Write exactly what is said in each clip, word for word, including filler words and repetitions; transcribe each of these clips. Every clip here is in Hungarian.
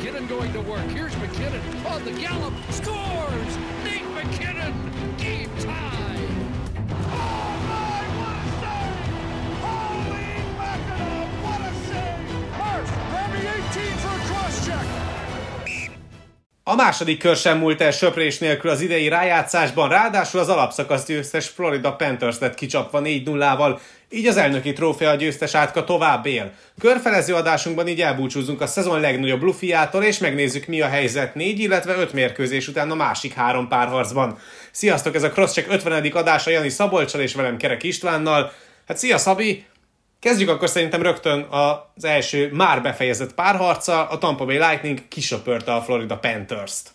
McKinnon going to work. Here's McKinnon on the gallop. Scores! Nate McKinnon! Game tie! Oh my, what a save! Holy mackerel, what a save! Murph, grab the eighteen for a cross-check! A második kör sem múlt el söprés nélkül az idei rájátszásban, ráadásul az alapszakasz győztes Florida Panthers lett kicsapva négy nullával, így az elnöki trófea győztes átka tovább él. Körfelező adásunkban így elbúcsúzunk a szezon legnagyobb lufiától, és megnézzük, mi a helyzet négy, illetve öt mérkőzés után a másik három párharcban. Sziasztok, ez a Crosscheck ötvenedik adása Jani Szabolccsal és velem Kerek Istvánnal. Hát szia Szabi! Kezdjük akkor szerintem rögtön az első már befejezett párharccal, a Tampa Bay Lightning kisöpörte a Florida Panthers-t.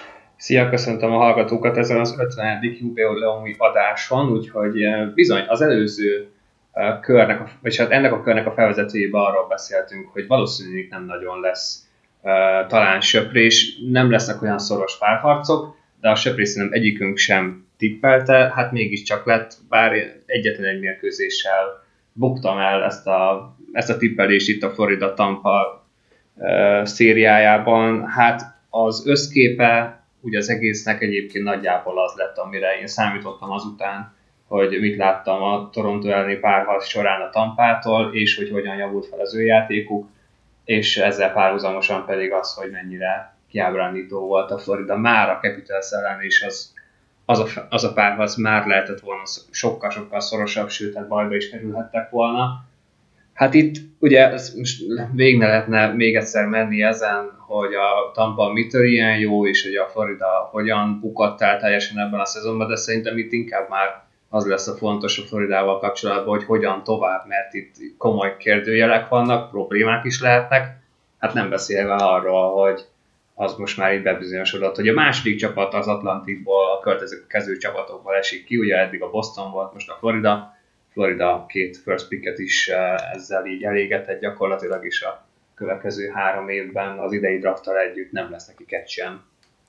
Szia, köszöntöm a hallgatókat ezen az ötvenedik jubileumi adáson, úgyhogy bizony az előző körnek, vagy hát ennek a körnek a felvezetőjében arról beszéltünk, hogy valószínűleg nem nagyon lesz talán söprés, nem lesznek olyan szoros párharcok, de a söprés szerintem egyikünk sem tippelte, hát mégiscsak lett, bár egyetlen egy mérkőzéssel buktam el ezt a, ezt a tippelést itt a Florida-Tampa uh, szériájában. Hát az összképe ugye az egésznek egyébként nagyjából az lett, amire én számítottam azután, hogy mit láttam a Toronto elleni párharc során a Tampától, és hogy hogyan javult fel az ő játékuk, és ezzel párhuzamosan pedig az, hogy mennyire kiábrándító volt a Florida már a Capitals ellen, és az Az a, az a párharc már lehetett volna sokkal-sokkal szorosabb, sőt, hát bajba is kerülhettek volna. Hát itt ugye most végig ne lehetne még egyszer menni ezen, hogy a Tampa mitől ilyen jó, és hogy a Florida hogyan bukott el teljesen ebben a szezonban, de szerintem itt inkább már az lesz a fontos a Floridával kapcsolatban, hogy hogyan tovább, mert itt komoly kérdőjelek vannak, problémák is lehetnek. Hát nem beszélve arról, hogy az most már így bebizonyosodott, hogy a második csapat az Atlantikból, a következő csapatokból esik ki, ugye eddig a Boston volt, most a Florida. Florida két first picket is ezzel így elégetett gyakorlatilag, is a következő három évben az idei drafttal együtt nem lesz nekik egy sem.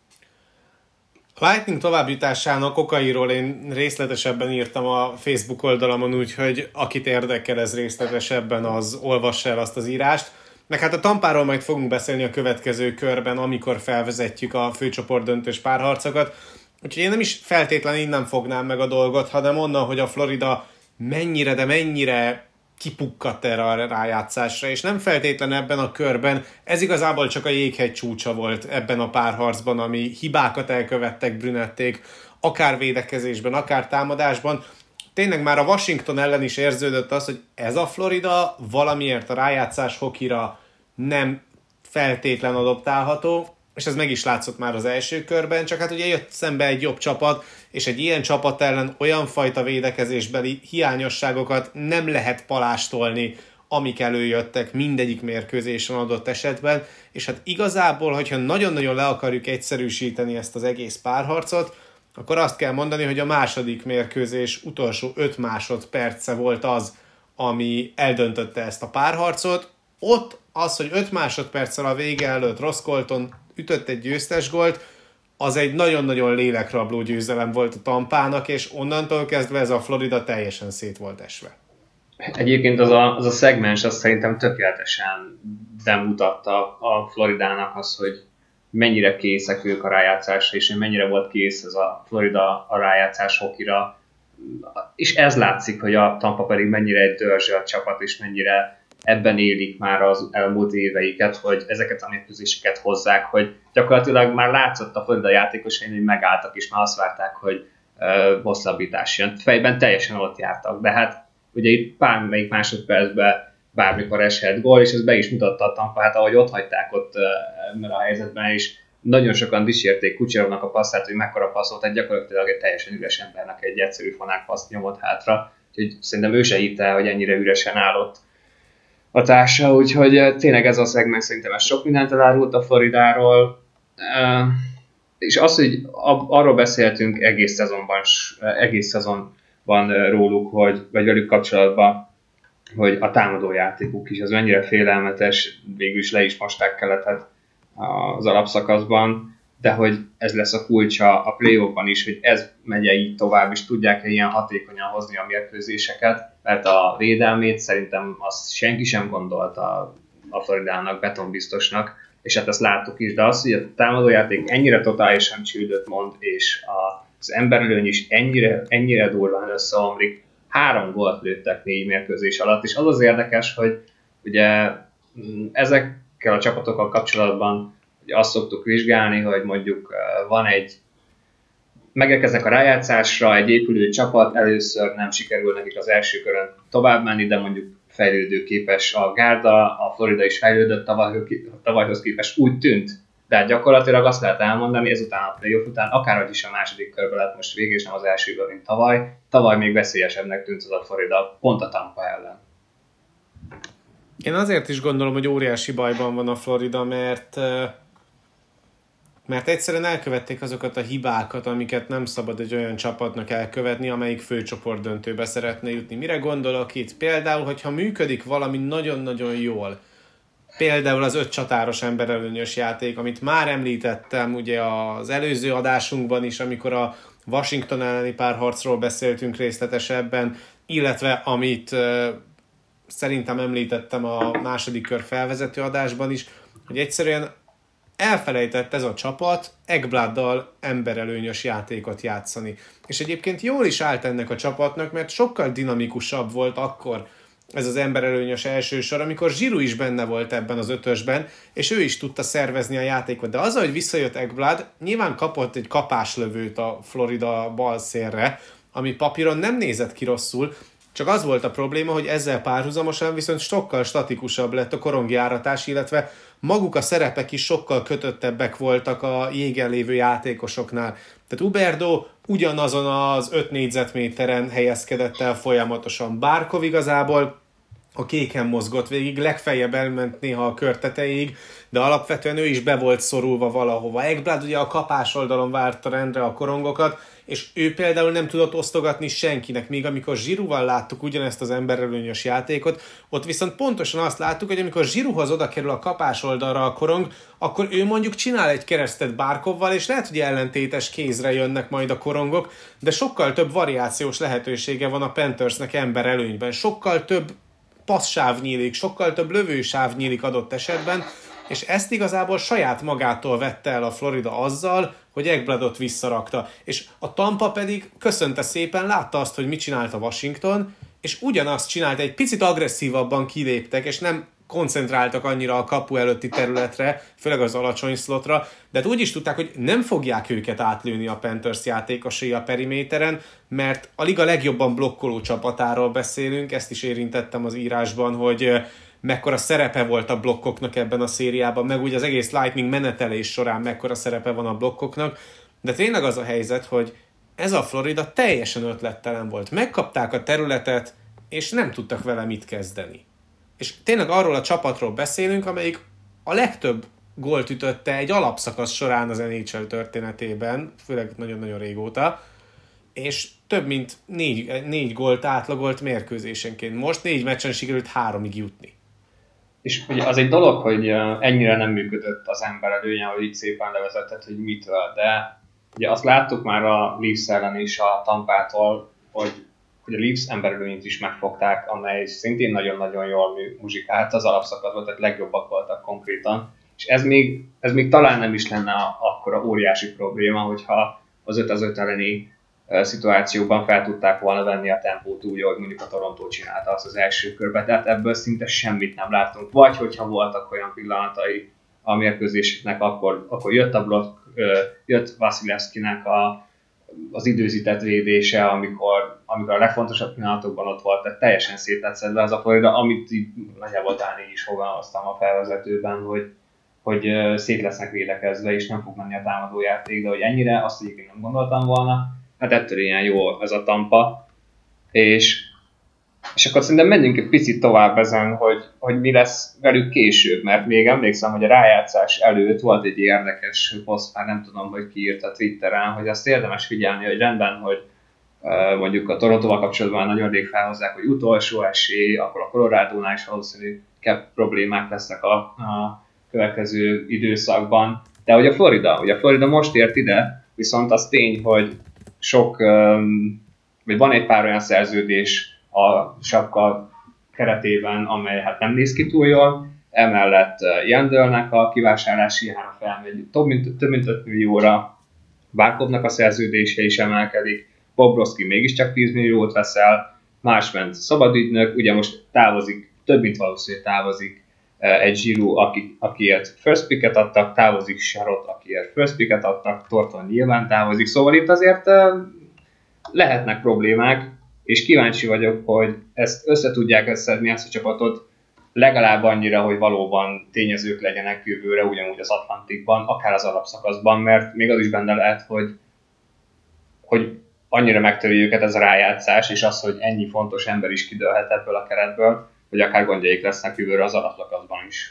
A Lightning továbbjutásának okairól én részletesebben írtam a Facebook oldalamon, úgyhogy akit érdekel ez részletesebben, az olvassa el azt az írást. Meg hát a Tampáról majd fogunk beszélni a következő körben, amikor felvezetjük a főcsoport döntős párharcokat. Úgyhogy én nem is feltétlenül innen fognám meg a dolgot, hanem onnan, hogy a Florida mennyire, de mennyire kipukkadt erre a rájátszásra, és nem feltétlenül ebben a körben. Ez igazából csak a jéghegy csúcsa volt ebben a párharcban, ami hibákat elkövettek Brünették, akár védekezésben, akár támadásban. Tényleg már a Washington ellen is érződött az, hogy ez a Florida valamiért a rájátszás hokira nem feltétlen adoptálható, és ez meg is látszott már az első körben, csak hát ugye jött szembe egy jobb csapat, és egy ilyen csapat ellen olyan fajta védekezésbeli hiányosságokat nem lehet palástolni, amik előjöttek mindegyik mérkőzésen adott esetben, és hát igazából, hogyha nagyon-nagyon le akarjuk egyszerűsíteni ezt az egész párharcot, akkor azt kell mondani, hogy a második mérkőzés utolsó öt másodperce volt az, ami eldöntötte ezt a párharcot. Ott az, hogy öt másodperccel a vége előtt Ross Colton ütött egy győztes gólt, az egy nagyon-nagyon lélekrabló győzelem volt a Tampának, és onnantól kezdve ez a Florida teljesen szét volt esve. Egyébként az a, az a szegmens az szerintem tökéletesen bemutatta a Floridának az, hogy mennyire készek ők a rájátszásra, és mennyire volt kész ez a Florida a rájátszás hokira. És ez látszik, hogy a Tampa pedig mennyire egy dörzsölt csapat, és mennyire ebben élik már az elmúlt éveiket, hogy ezeket a mérkőzéseket hozzák, hogy gyakorlatilag már látszott a Florida játékosain, hogy megálltak, és már azt várták, hogy uh, hosszabbítás jön. Fejben teljesen ott jártak, de hát ugye itt bármelyik másodpercben bármikor eshet gól, és ez be is mutatta a Tampa, hát ahogy ott hagyták ott ebben a helyzetben, és nagyon sokan dicsérték Kucherovnak a passzát, hogy mekkora passzot, tehát gyakorlatilag egy teljesen üres embernek egy egyszerű fonák paszt nyomott hátra, úgyhogy szerintem ő se hitte, hogy ennyire üresen állott a társa, úgyhogy tényleg ez a szegmens szerintem ez sok mindent elárult a Floridáról, és az, hogy arról beszéltünk egész szezonban, egész szezonban róluk, hogy, vagy velük kapcsolatban, hogy a támadójátékuk is az mennyire félelmetes, végül is le is mosták Keletet az alapszakaszban, de hogy ez lesz a kulcsa a play-offban is, hogy ez megye így tovább, és tudják-e ilyen hatékonyan hozni a mérkőzéseket, mert a védelmét szerintem azt senki sem gondolta a Floridának, betonbiztosnak, és hát ezt láttuk is, de az, hogy a támadójáték ennyire totálisan csődöt mond, és az emberelőny is ennyire, ennyire durván összeomlik, három gólt lőttek négy mérkőzés alatt, és az az érdekes, hogy ugye ezekkel a csapatokkal kapcsolatban ugye azt szoktuk vizsgálni, hogy mondjuk van egy, megérkeznek a rájátszásra, egy épülő csapat, először nem sikerül nekik az első körön tovább menni, de mondjuk fejlődőképes a gárda, a Florida is fejlődött tavalyhoz képest, úgy tűnt, de hát gyakorlatilag azt lehet elmondani, ezután a playoff után, akárhogy is a második körben lett most végig, és nem az elsőből, mint tavaly, tavaly még veszélyesebbnek tűnt az a Florida, pont a Tampa ellen. Én azért is gondolom, hogy óriási bajban van a Florida, mert mert egyszerűen elkövették azokat a hibákat, amiket nem szabad egy olyan csapatnak elkövetni, amelyik főcsoport döntőbe szeretne jutni. Mire gondolok itt? Például, hogyha működik valami nagyon-nagyon jól, például az öt csatáros emberelőnyös játék, amit már említettem ugye az előző adásunkban is, amikor a Washington elleni párharcról beszéltünk részletesebben, illetve amit uh, szerintem említettem a második kör felvezető adásban is, hogy egyszerűen elfelejtett ez a csapat Ekbladdal emberelőnyös játékot játszani. És egyébként jól is állt ennek a csapatnak, mert sokkal dinamikusabb volt akkor ez az emberelőnyös első sor, amikor Giroud is benne volt ebben az ötösben, és ő is tudta szervezni a játékot. De azzal, hogy visszajött Ekblad, nyilván kapott egy kapáslövőt a Florida bal szélre, ami papíron nem nézett ki rosszul, csak az volt a probléma, hogy ezzel párhuzamosan viszont sokkal statikusabb lett a korongjáratás, illetve maguk a szerepek is sokkal kötöttebbek voltak a jégen lévő játékosoknál. Tehát Huberdeau ugyanazon az öt négyzetméteren helyezkedett el folyamatosan. Barkov igazából a kéken mozgott végig, legfeljebb elment néha a kör tetejéig, de alapvetően ő is be volt szorulva valahova. Ekblad ugye a kapás oldalon várta rendre a korongokat, és ő például nem tudott osztogatni senkinek, míg amikor Giroudval láttuk ugyanezt az emberelőnyös játékot, ott viszont pontosan azt láttuk, hogy amikor Giroudhoz oda kerül a kapás oldalra a korong, akkor ő mondjuk csinál egy keresztet Barkovval, és lehet, hogy ellentétes kézre jönnek majd a korongok, de sokkal több variációs lehetősége van a Panthersnek emberelőnyben, sokkal több passzáv nyílik, sokkal több lövősáv nyílik adott esetben, és ezt igazából saját magától vette el a Florida azzal, hogy Ekbladot visszarakta. És a Tampa pedig köszönte szépen, látta azt, hogy mit csinált a Washington, és ugyanazt csinált, egy picit agresszívabban kiléptek, és nem koncentráltak annyira a kapu előtti területre, főleg az alacsony szlotra, de úgy is tudták, hogy nem fogják őket átlőni a Panthers játékosai a periméteren, mert a liga legjobban blokkoló csapatáról beszélünk, ezt is érintettem az írásban, hogy mekkora szerepe volt a blokkoknak ebben a szériában, meg úgy az egész Lightning menetelés során mekkora szerepe van a blokkoknak, de tényleg az a helyzet, hogy ez a Florida teljesen ötlettelen volt. Megkapták a területet, és nem tudtak vele mit kezdeni. És tényleg arról a csapatról beszélünk, amelyik a legtöbb gólt ütötte egy alapszakasz során az en há el történetében, főleg nagyon-nagyon régóta, és több mint négy, négy gólt átlagolt mérkőzésenként. Most négy meccsen sikerült háromig jutni. És ugye az egy dolog, hogy ennyire nem működött az emberelőnye, hogy itt szépen levezetett, hogy mitől, de ugye azt láttuk már a Leafs ellen is a Tampától, hogy, hogy a Leafs emberelőnyt is megfogták, amely szintén nagyon-nagyon jól muzsikált az alapszakaszban, tehát legjobbak voltak konkrétan. És ez még, ez még talán nem is lenne akkora óriási probléma, hogyha az öt az öt elleni szituációban fel tudták volna venni a tempót úgy, ahogy mondjuk a Toronto csinálta azt az első körben, tehát ebből szinte semmit nem láttunk. Vagy hogyha voltak olyan pillanatai a mérkőzéseknek, akkor, akkor jött a blokk, jött Vasilevskinek a, az időzített védése, amikor, amikor a legfontosabb pillanatokban ott volt, tehát teljesen szét lett szedve az a Florida, amit így nagyjából talán így is fogalmaztam a felvezetőben, hogy, hogy szét lesznek védekezve, és nem fog menni a támadójáték, de hogy ennyire, azt egyébként nem gondoltam volna. Hát ettől ilyen jó ez a Tampa, és, és akkor szerintem menjünk egy picit tovább ezen, hogy, hogy mi lesz velük később, mert még emlékszem, hogy a rájátszás előtt volt egy érdekes poszt, már nem tudom, hogy ki írt a Twitteren, hogy azt érdemes figyelni, hogy rendben, hogy uh, mondjuk a Torontóval kapcsolatban nagyon rég felhozzák, hogy utolsó esély, akkor a Colorado-nál is valószínű cap problémák lesznek a, a következő időszakban, de hogy a Florida, ugye a Florida most ért ide, viszont az tény, hogy sok, vagy van egy pár olyan szerződés a sapka keretében, amely hát nem néz ki túl jól. emellett Jandlnek a kivásárlási ára felmegy több mint, több mint öt millióra, Barkovnak a szerződése is emelkedik, Bobrovsky mégiscsak tíz milliót veszel, Marchment szabadügynök, ugye most távozik, több mint valószínű távozik egy Giroux, aki, akiért first picket adtak, távozik Sharot, akiért first picket adtak, Thornton nyilván távozik, szóval itt azért lehetnek problémák, és kíváncsi vagyok, hogy ezt össze tudják szedni, ezt a csapatot legalább annyira, hogy valóban tényezők legyenek jövőre, ugyanúgy az Atlantikban, akár az alapszakaszban, mert még az is benne lehet, hogy, hogy annyira megtöri őket ez a rájátszás, és az, hogy ennyi fontos ember is kidőlhet ebből a keretből, hogy akár gondjaik lesznek jövőre az alapszakaszban is.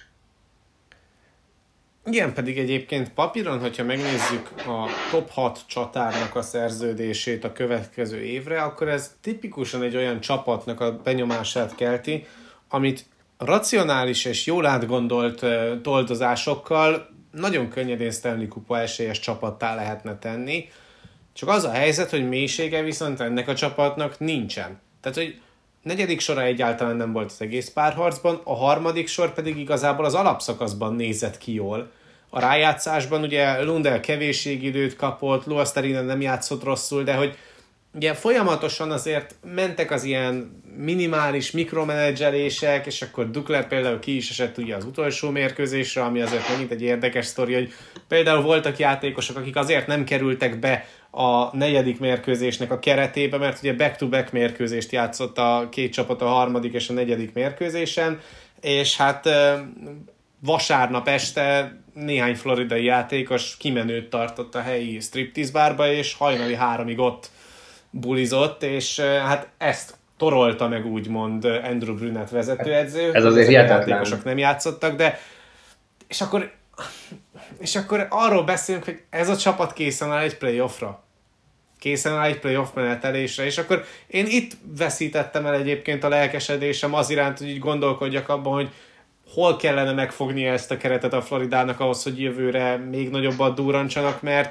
Igen, pedig egyébként papíron, hogyha megnézzük a top hat csatárnak a szerződését a következő évre, akkor ez tipikusan egy olyan csapatnak a benyomását kelti, amit racionális és jól átgondolt uh, toldozásokkal nagyon könnyedén Stanley Kupa esélyes csapattá lehetne tenni, csak az a helyzet, hogy mélysége viszont ennek a csapatnak nincsen. Tehát, hogy negyedik sora egyáltalán nem volt az egész párharcban, a harmadik sor pedig igazából az alapszakaszban nézett ki jól. A rájátszásban ugye Lundell kevésség időt kapott, Luostarinen nem játszott rosszul, de hogy ugye folyamatosan azért mentek az ilyen minimális mikromenedzselések, és akkor Duclair például ki is esett ugye az utolsó mérkőzésre, ami azért megint egy érdekes sztori, hogy például voltak játékosok, akik azért nem kerültek be a negyedik mérkőzésnek a keretébe, mert ugye back-to-back mérkőzést játszott a két csapat a harmadik és a negyedik mérkőzésen, és hát vasárnap este néhány floridai játékos kimenőt tartott a helyi striptease bárba, és hajnali háromig ott bulizott, és hát ezt torolta meg úgymond Andrew Brunette vezetőedző. Ez azért hihetetlen. A játékosok nem játszottak, de és akkor, és akkor arról beszélünk, hogy ez a csapat készen áll egy playoffra. Készen áll egy playoff menetelésre, és akkor én itt veszítettem el egyébként a lelkesedésem az iránt, hogy így gondolkodjak abban, hogy hol kellene megfognia ezt a keretet a Floridának ahhoz, hogy jövőre még nagyobbat durrancsanak, mert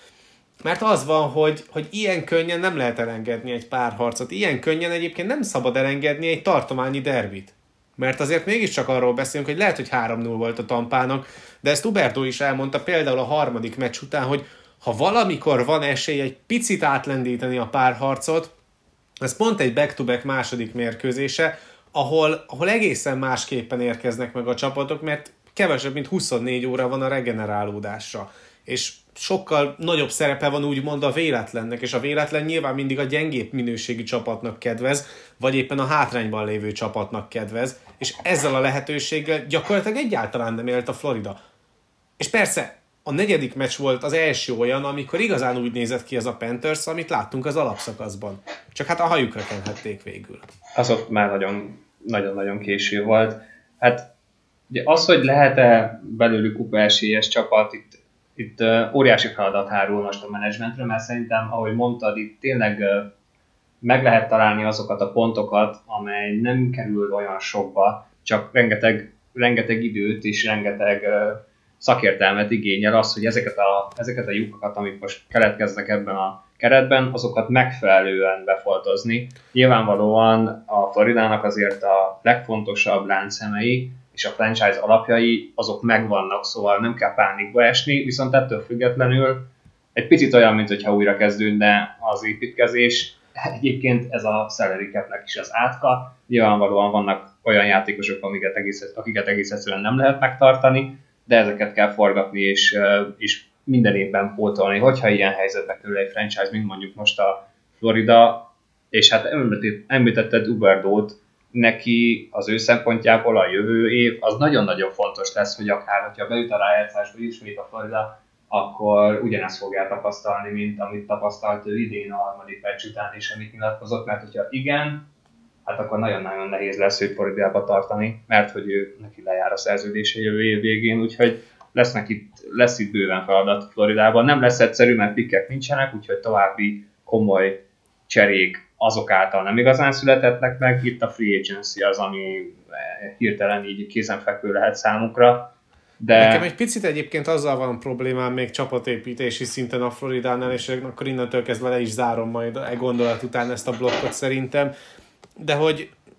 Mert az van, hogy, hogy ilyen könnyen nem lehet elengedni egy párharcot. Ilyen könnyen egyébként nem szabad elengedni egy tartományi derbit. Mert azért mégiscsak arról beszélünk, hogy lehet, hogy három null volt a Tampának, de ezt Huberdeau is elmondta például a harmadik meccs után, hogy ha valamikor van esély egy picit átlendíteni a párharcot, ez pont egy back-to-back második mérkőzése, ahol, ahol egészen másképpen érkeznek meg a csapatok, mert kevesebb, mint huszonnégy óra van a regenerálódásra. És sokkal nagyobb szerepe van úgymond a véletlennek, és a véletlen nyilván mindig a gyengébb minőségi csapatnak kedvez, vagy éppen a hátrányban lévő csapatnak kedvez, és ezzel a lehetőséggel gyakorlatilag egyáltalán nem élt a Florida. És persze, a negyedik meccs volt az első olyan, amikor igazán úgy nézett ki ez a Panthers, amit láttunk az alapszakaszban. Csak hát a hajukra kenhették végül. Az ott már nagyon, nagyon-nagyon késő volt. Hát ugye az, hogy lehet-e belőlük kupa esélyes csapat, itt Itt uh, óriási feladat hárul most a menedzsmentre, mert szerintem, ahogy mondtad, itt tényleg uh, meg lehet találni azokat a pontokat, amely nem kerül olyan sokba, csak rengeteg, rengeteg időt és rengeteg uh, szakértelmet igényel az, hogy ezeket a, ezeket a lyukakat, amik most keletkeznek ebben a keretben, azokat megfelelően befoltozni. Nyilvánvalóan a Floridának azért a legfontosabb láncszemei és a franchise alapjai azok megvannak, szóval nem kell pánikba esni, viszont ettől függetlenül egy picit olyan, mint hogyha újra kezdődne az építkezés. Egyébként ez a salary capnek is az átka. Nyilvánvalóan vannak olyan játékosok, amiket egész, akiket egész egyszerűen nem lehet megtartani, de ezeket kell forgatni és, és minden évben pótolni. Hogyha ilyen helyzetbe kerül egy franchise, mint mondjuk most a Florida, és hát említetted Huberdeaut, neki az ő szempontjából a jövő év az nagyon-nagyon fontos lesz, hogy akár, hogyha beüt a rájátszásba ismét a Florida, akkor ugyanezt fogják tapasztalni, mint amit tapasztalt ő idén a harmadik meccs után, és amit nyilatkozott, mert hogyha igen, hát akkor nagyon-nagyon nehéz lesz őt Floridába tartani, mert hogy ő neki lejár a szerződése jövő év végén, úgyhogy lesznek itt, lesz itt bőven feladat Floridában. Nem lesz egyszerű, mert pikkek nincsenek, úgyhogy további komoly cserék azok által nem igazán születettek meg. Itt a free agency az, ami hirtelen így kézenfekvő lehet számukra. De... Nekem egy picit egyébként azzal van problémám még csapatépítési szinten a Floridánál, és akkor innentől kezdve le is zárom majd egy gondolat után ezt a blokkot szerintem. De hogy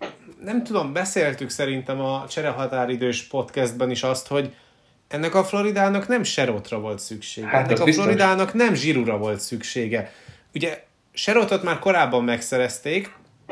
nem tudom, beszéltük szerintem a cserehatáridős podcastban is azt, hogy ennek a Floridának nem Sherrottra volt szüksége. Hát ennek a biztos. Floridának nem Giroux-ra volt szüksége. Ugye Sherrottot már korábban megszerezték,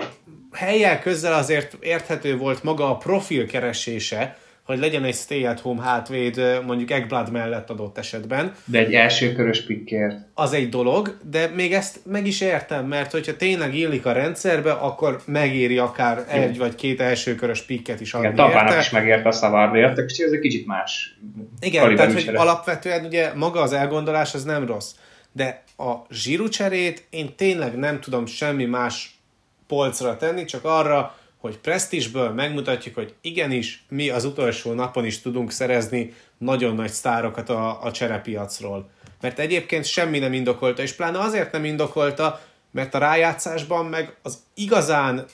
helyjel közzel azért érthető volt maga a profil keresése, hogy legyen egy stay-at-home hátvéd mondjuk Ekblad mellett adott esetben. De egy elsőkörös pikkért. Az egy dolog, de még ezt meg is értem, mert hogyha tényleg illik a rendszerbe, akkor megéri akár egy Igen. vagy két elsőkörös pikket is adni. Igen, Tapának is megért a Savardért, és ez egy kicsit más. Igen, tehát hogy alapvetően ugye maga az elgondolás az nem rossz, de a Giroux cserét én tényleg nem tudom semmi más polcra tenni, csak arra, hogy presztízsből megmutatjuk, hogy igenis, mi az utolsó napon is tudunk szerezni nagyon nagy sztárokat a, a cserepiacról. Mert egyébként semmi nem indokolta, és pláne azért nem indokolta, mert a rájátszásban meg az igazán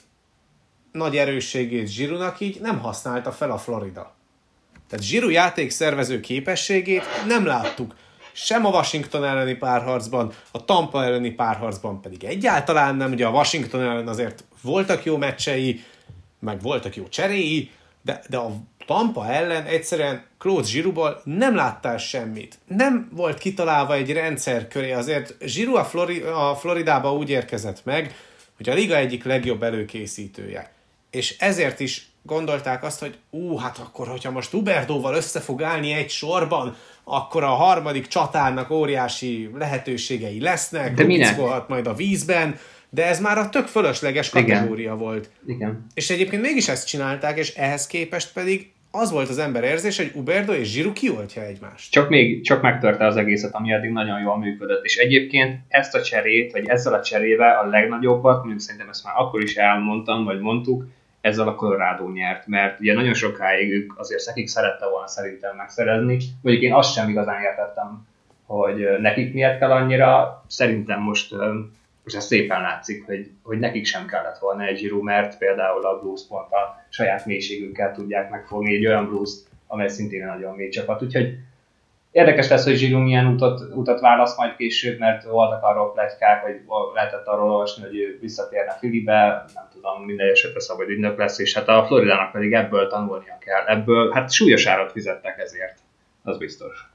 nagy erősségét Giroux-nak így nem használta fel a Florida. Tehát Giroux játékszervező képességét nem láttuk. Sem a Washington elleni párharcban, a Tampa elleni párharcban pedig egyáltalán nem. Ugye a Washington ellen azért voltak jó meccsei, meg voltak jó cseréi, de, de a Tampa ellen egyszerűen Claude Girouxból nem láttál semmit. Nem volt kitalálva egy rendszer köré, azért Giroux a, Flori- a Floridába úgy érkezett meg, hogy a liga egyik legjobb előkészítője. És ezért is gondolták azt, hogy ú, hát akkor, hogyha most Huberdeauval össze fog állni egy sorban, akkor a harmadik csatárnak óriási lehetőségei lesznek, kockolhat majd a vízben, de ez már a tök fölösleges kategória Igen. volt. Igen. És egyébként mégis ezt csinálták, és ehhez képest pedig az volt az ember érzés, hogy Huberdeau és Giroux kioltja egymást. Csak még csak megtörte az egészet, ami eddig nagyon jól működött. És egyébként ezt a cserét, vagy ezzel a cserével a legnagyobbat, mondjuk szerintem ezt már akkor is elmondtam, vagy mondtuk, ezzel a Colorado nyert, mert ugye nagyon sokáig ők azért nekik szerette volna szerintem megszerezni, mondjuk én azt sem igazán értettem, hogy nekik miért kell annyira, szerintem most, most ez szépen látszik, hogy, hogy nekik sem kellett volna egy Giroux, mert például a Blues pont a saját mélységükkel tudják megfogni egy olyan Blues-t, amely szintén nagyon mély csapat, úgyhogy érdekes lesz, hogy Giroux milyen utat, utat választ majd később, mert voltak arról pletykák, vagy lehetett arról olvasni, hogy ő visszatérne Phillybe, nem tudom, minden esetre szabad ügynök lesz, és hát a Floridának pedig ebből tanulnia kell. Ebből hát súlyos árat fizettek ezért, az biztos.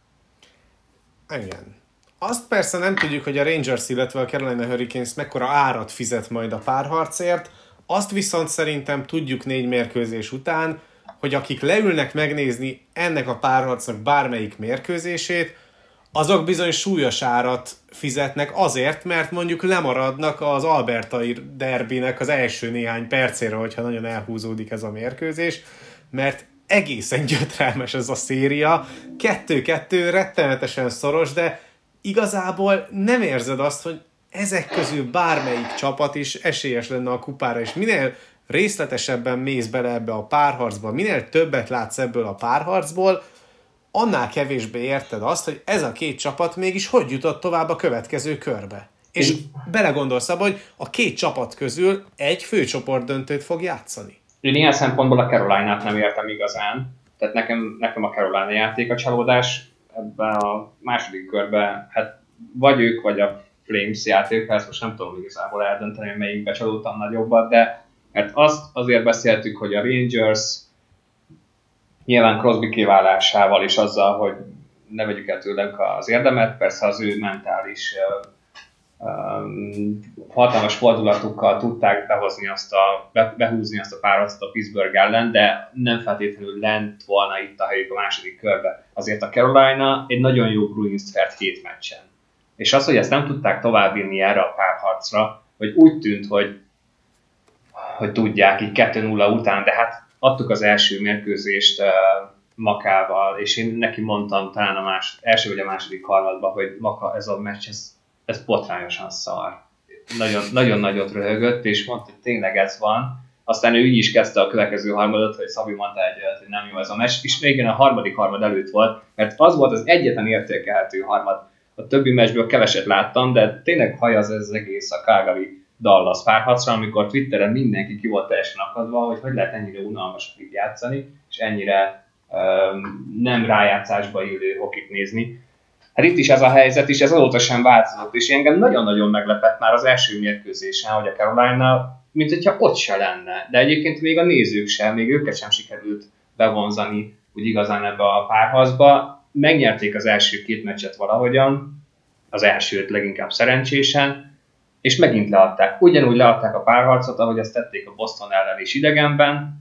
Igen. Azt persze nem tudjuk, hogy a Rangers, illetve a Carolina Hurricanes mekkora árat fizet majd a párharcért, azt viszont szerintem tudjuk négy mérkőzés után, hogy akik leülnek megnézni ennek a párharcnak bármelyik mérkőzését, azok bizony súlyos árat fizetnek azért, mert mondjuk lemaradnak az albertai derbinek az első néhány percére, hogyha nagyon elhúzódik ez a mérkőzés, mert egészen gyötrelmes ez a széria, kettő-kettő rettenetesen szoros, de igazából nem érzed azt, hogy ezek közül bármelyik csapat is esélyes lenne a kupára, és minél részletesebben mész bele ebbe a párharcba, minél többet látsz ebből a párharcból, annál kevésbé érted azt, hogy ez a két csapat mégis hogy jutott tovább a következő körbe. És Én... belegondolsz abba, hogy a két csapat közül egy főcsoport döntőt fog játszani. Én ilyen szempontból a Caroline-t nem értem igazán. Tehát nekem, nekem a Carolina játék a csalódás. Ebben a második körben, hát vagy ők, vagy a Flames játék, ezt most nem tudom igazából eldönteni, hogy melyikbe csalódtam nagyobbat, de mert azt azért beszéltük, hogy a Rangers nyilván Crosby kiválásával és azzal, hogy ne vegyük el tőlük az érdemet, persze az ő mentális um, hatalmas fordulatukkal tudták behozni azt a, be, behúzni azt a párat a Pittsburgh ellen, de nem feltétlenül lent volna itt a helyük a második körbe. Azért a Carolina egy nagyon jó Bruins-t vert két meccsen. És az, hogy ezt nem tudták továbbvinni erre a párharcra, hogy úgy tűnt, hogy hogy tudják így kettő nulla után, de hát adtuk az első mérkőzést uh, Makával, és én neki mondtam talán a más, első vagy a második harmadban, hogy Maka, ez a meccs, ez, ez botrányosan szar. Nagyon, nagyon nagyot röhögött, és mondta, hogy tényleg ez van. Aztán ő így is kezdte a következő harmadot, hogy Szabi mondta egy, hogy nem jó ez a meccs, és még a harmadik harmad előtt volt, mert az volt az egyetlen értékelhető harmad. A többi meccsből keveset láttam, de tényleg hajaz ez az egész a Calgary Dallas párharcra, amikor Twitteren mindenki ki volt teljesen akadva, hogy hogy lehet ennyire unalmas hokit játszani, és ennyire um, nem rájátszásba élő hokit nézni. Hát itt is ez a helyzet, és ez azóta sem változott, és engem nagyon-nagyon meglepett már az első mérkőzésen, hogy a Carolina mint hogyha ott se lenne. De egyébként még a nézők sem, még őket sem sikerült bevonzani úgy igazán ebbe a párharcba. Megnyerték az első két meccset valahogyan, az elsőt leginkább szerencsésen, és megint leadták. Ugyanúgy leadták a párharcot, ahogy azt tették a Boston ellen is idegenben.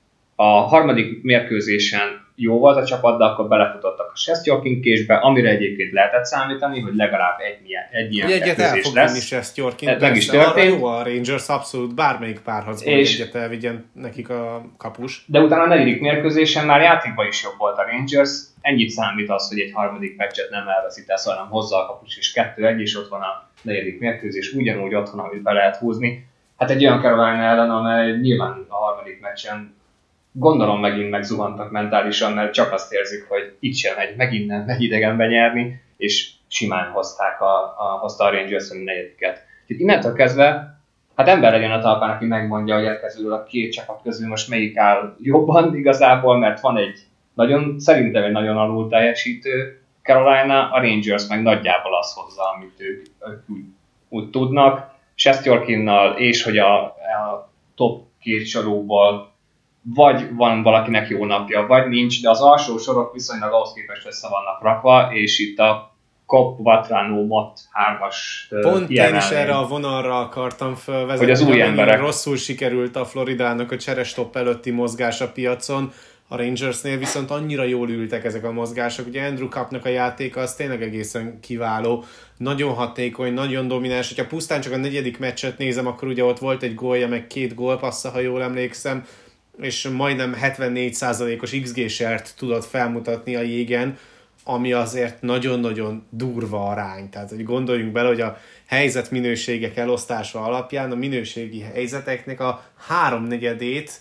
A harmadik mérkőzésen jó volt a csapat, de akkor belefutottak a Shesterkin késbe, amire egyébként lehetett számítani, hogy legalább egy, egy ilyen egyet el fog vinni Shesterkin, meg is történt. Jó a Rangers abszolút bármelyik párharcban egyet elvigyen nekik a kapus. De utána a negyedik mérkőzésen már játékban is jobb volt a Rangers. Ennyit számít az, hogy egy harmadik meccset nem elveszítesz, hanem hozzá a kapus is kettő egy, és ott van a negyedik mérkőzés, ugyanúgy otthon, amit be lehet húzni. Hát egy olyan Carolina ellen, amely nyilván a harmadik meccsen gondolom megint megzuhantak mentálisan, mert csak azt érzik, hogy itt sem megy, megint nem megy idegenben nyerni, és simán hozták a, a, hozta a Rangers a negyediket. Úgyhogy innentől kezdve, hát ember legyen a talpán, aki megmondja, hogy elkezdül a két csapat közül most melyik áll jobban igazából, mert van egy nagyon, szerintem egy nagyon alul teljesítő Carolina, a Rangers meg nagyjából azt hozza, amit ők, ők úgy, úgy tudnak. Shesterkinnal, és hogy a, a top két sorokból vagy van valakinek jó napja, vagy nincs, de az alsó sorok viszonylag ahhoz képest össze vannak rakva, és itt a Copp, Vatrano, Mott hármas pont én is erre a vonalra akartam felvezetni, hogy az új emberek. Rosszul sikerült a Floridának a cserestopp előtti mozgás a piacon, a Rangersnél viszont annyira jól ültek ezek a mozgások. Ugye Andrew Coppnak a játéka az tényleg egészen kiváló, nagyon hatékony, nagyon domináns. Hogyha pusztán csak a negyedik meccset nézem, akkor ugye ott volt egy gólja, meg két gólpassza, ha jól emlékszem, és majdnem hetvennégy százalékos iksz gé-sert tudott felmutatni a jégen, ami azért nagyon-nagyon durva arány. Tehát, hogy gondoljunk bele, hogy a helyzet minőségek elosztása alapján a minőségi helyzeteknek a háromnegyedét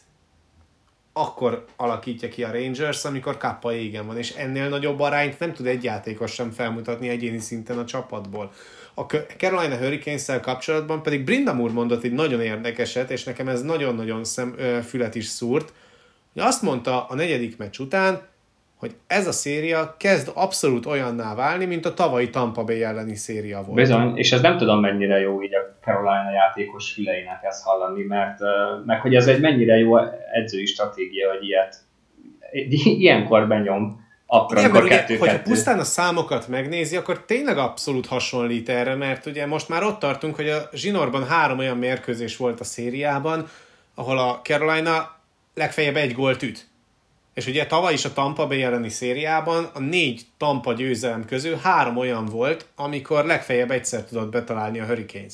akkor alakítja ki a Rangers, amikor Kappa égen van, és ennél nagyobb arányt nem tud egy játékos sem felmutatni egyéni szinten a csapatból. A Carolina Hurricanes-szel kapcsolatban pedig Brind'Amour mondott egy nagyon érdekeset, és nekem ez nagyon-nagyon szem, ö, fület is szúrt, hogy azt mondta a negyedik meccs után, hogy ez a széria kezd abszolút olyanná válni, mint a tavalyi Tampa Bay elleni széria volt. Bizony, és ez nem tudom mennyire jó így a Carolina játékos füleinek ezt hallani, mert meg hogy ez egy mennyire jó edzői stratégia, hogy ilyet ilyenkor benyom. Igen, mert ugye, hogyha pusztán a számokat megnézi, akkor tényleg abszolút hasonlít erre, mert ugye most már ott tartunk, hogy a zsinórban három olyan mérkőzés volt a szériában, ahol a Carolina legfeljebb egy gólt üt. És ugye tavaly is a Tampa Bay elleni szériában a négy Tampa győzelem közül három olyan volt, amikor legfeljebb egyszer tudott betalálni a Hurricanes.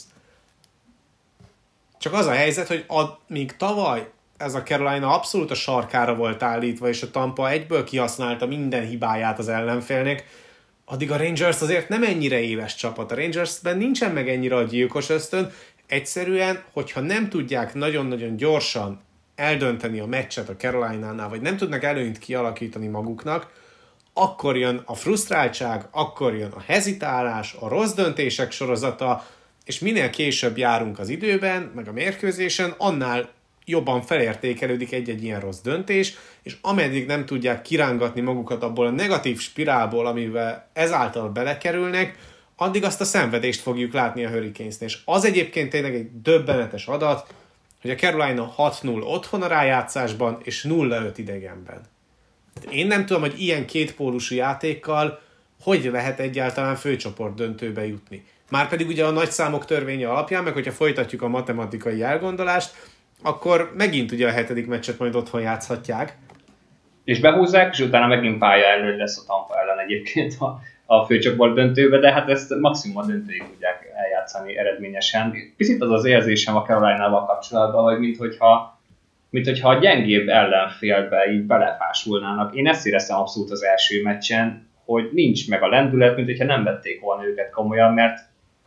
Csak az a helyzet, hogy ad, míg tavaly ez a Carolina abszolút a sarkára volt állítva, és a Tampa egyből kihasználta minden hibáját az ellenfélnek, addig a Rangers azért nem ennyire éles csapat. A Rangersben nincsen meg ennyire a gyilkos ösztön. Egyszerűen, hogyha nem tudják nagyon-nagyon gyorsan eldönteni a meccset a Carolinánál, vagy nem tudnak előnyt kialakítani maguknak, akkor jön a frusztráltság, akkor jön a hezitálás, a rossz döntések sorozata, és minél később járunk az időben, meg a mérkőzésen, annál jobban felértékelődik egy-egy ilyen rossz döntés, és ameddig nem tudják kirángatni magukat abból a negatív spirálból, amivel ezáltal belekerülnek, addig azt a szenvedést fogjuk látni a Hurricanesnél. És az egyébként tényleg egy döbbenetes adat, hogy a Carolina hat null otthon a rájátszásban, és nulla öt idegenben. Én nem tudom, hogy ilyen kétpólusú játékkal hogy lehet egyáltalán főcsoport döntőbe jutni. Márpedig ugye a nagyszámok törvénye alapján, meg hogyha folytatjuk a matematikai elgondolást, akkor megint ugye a hetedik meccset majd otthon játszhatják. És behúzzák, és utána megint pálya elő lesz a Tampa ellen egyébként a, a főcsoport döntőbe, de hát ezt maximum a döntőig tudják eljátszani eredményesen. Picit az az érzésem a Carolinával kapcsolatban, hogy minthogyha, minthogyha a gyengébb ellenfélbe így belefásulnának. Én ezt éreztem abszolút az első meccsen, hogy nincs meg a lendület, minthogyha nem vették volna őket komolyan, mert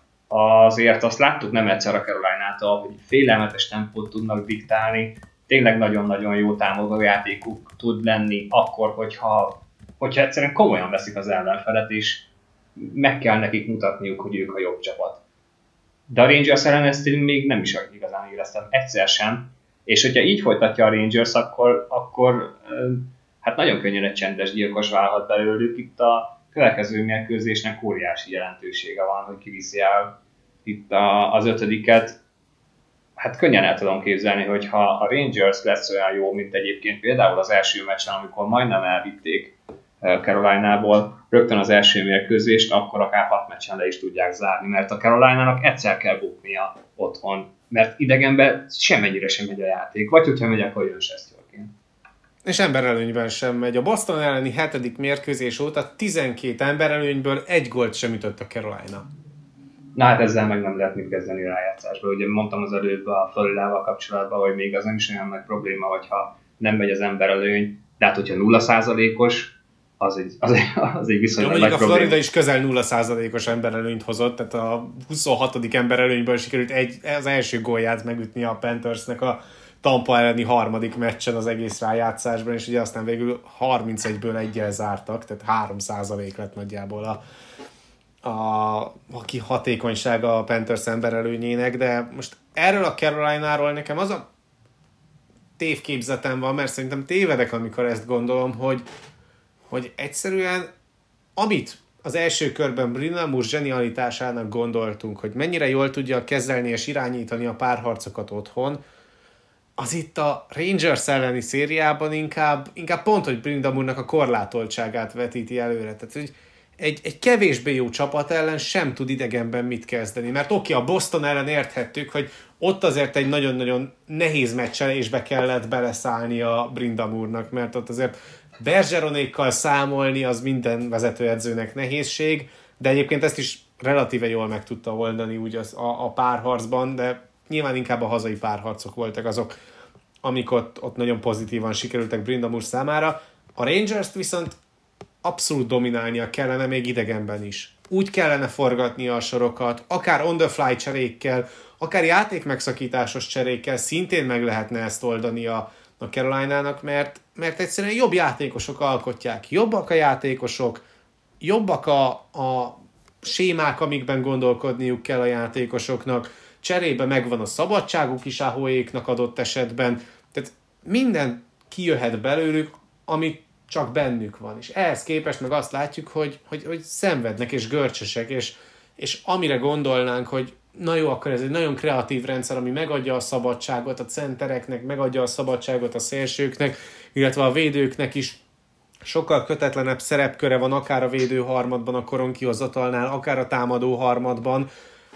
azért azt láttuk nem egyszer a Carolinától, hogy félelmetes tempót tudnak diktálni, tényleg nagyon-nagyon jó támogató játékuk tud lenni akkor, hogyha, hogyha egyszerűen komolyan veszik az ellenfelet, és meg kell nekik mutatniuk, hogy ők a jobb csapat. De a Rangers ellen ezt én még nem is igazán éreztem, egyszer sem, és hogyha így folytatja a Rangers, akkor, akkor hát nagyon könnyen egy csendes gyilkos válhat belőlük. Itt a következő mérkőzésnek óriási jelentősége van, hogy kiviszi el itt a, az ötödiket. hát könnyen el tudom képzelni, hogy ha a Rangers lesz olyan jó, mint egyébként például az első meccsen, amikor majdnem elvitték Carolinából rögtön az első mérkőzést, akkor akár hat meccsen le is tudják zárni, mert a Carolinának egyszer kell buknia otthon, mert idegenben semmennyire sem megy a játék, vagy hogyha megy, akkor jön Shesterkin. És emberelőnyben sem megy. A Boston elleni hetedik mérkőzés óta tizenkét emberelőnyből egy gólt sem ütött a Carolina. Na hát ezzel meg nem lehet mit kezdeni rájátszásba. Ugye mondtam az előbb a Floridával kapcsolatban, hogy még az nem is olyan nagy probléma, hogyha nem megy az emberelőny, de hát hogyha nulla százalékos, az egy, az egy, az egy viszonylag ja, nagy a probléma. Florida is közel nulla százalékos emberelőnyt hozott, tehát a huszonhatodik emberelőnyből sikerült egy, az első gólját megütni a Panthersnek a Tampa elleni harmadik meccsen az egész rájátszásban, és ugye aztán végül harmincegyből egyel zártak, tehát három százalék lett nagyjából a, a, a hatékonysága a Panthers emberelőnyének, de most erről a Carolináról nekem az a tévképzetem van, mert szerintem tévedek, amikor ezt gondolom, hogy hogy egyszerűen, amit az első körben Brind'Amour zsenialitásának gondoltunk, hogy mennyire jól tudja kezelni és irányítani a párharcokat otthon, az itt a Rangers elleni szériában inkább, inkább pont, hogy Brind'Amournak a korlátoltságát vetíti előre. Tehát, hogy egy, egy kevésbé jó csapat ellen sem tud idegenben mit kezdeni. Mert oké, a Boston ellen érthettük, hogy ott azért egy nagyon-nagyon nehéz meccselésbe kellett beleszállni a Brind'Amournak, mert ott azért Bergeronékkal számolni az minden vezetőedzőnek nehézség, de egyébként ezt is relatíve jól meg tudta oldani úgy az, a, a párharcban, de nyilván inkább a hazai párharcok voltak azok, amik ott, ott nagyon pozitívan sikerültek Brind'Amour számára. A Rangers-t viszont abszolút dominálnia kellene még idegenben is. Úgy kellene forgatnia a sorokat, akár on the fly cserékkel, akár játékmegszakításos cserékkel szintén meg lehetne ezt oldani a, a Carolinának, mert, mert egyszerűen jobb játékosok alkotják. Jobbak a játékosok, jobbak a, a sémák, amikben gondolkodniuk kell a játékosoknak, cserébe megvan a szabadságuk is Ahoéknak adott esetben, tehát minden kijöhet belőlük, amit csak bennük van. És ehhez képest meg azt látjuk, hogy, hogy, hogy szenvednek és görcsösek, és, és amire gondolnánk, hogy na jó, akkor ez egy nagyon kreatív rendszer, ami megadja a szabadságot a centereknek, megadja a szabadságot a szélsőknek, illetve a védőknek is sokkal kötetlenebb szerepköre van, akár a védő harmadban, a koronkihozatalnál, akár a támadó harmadban,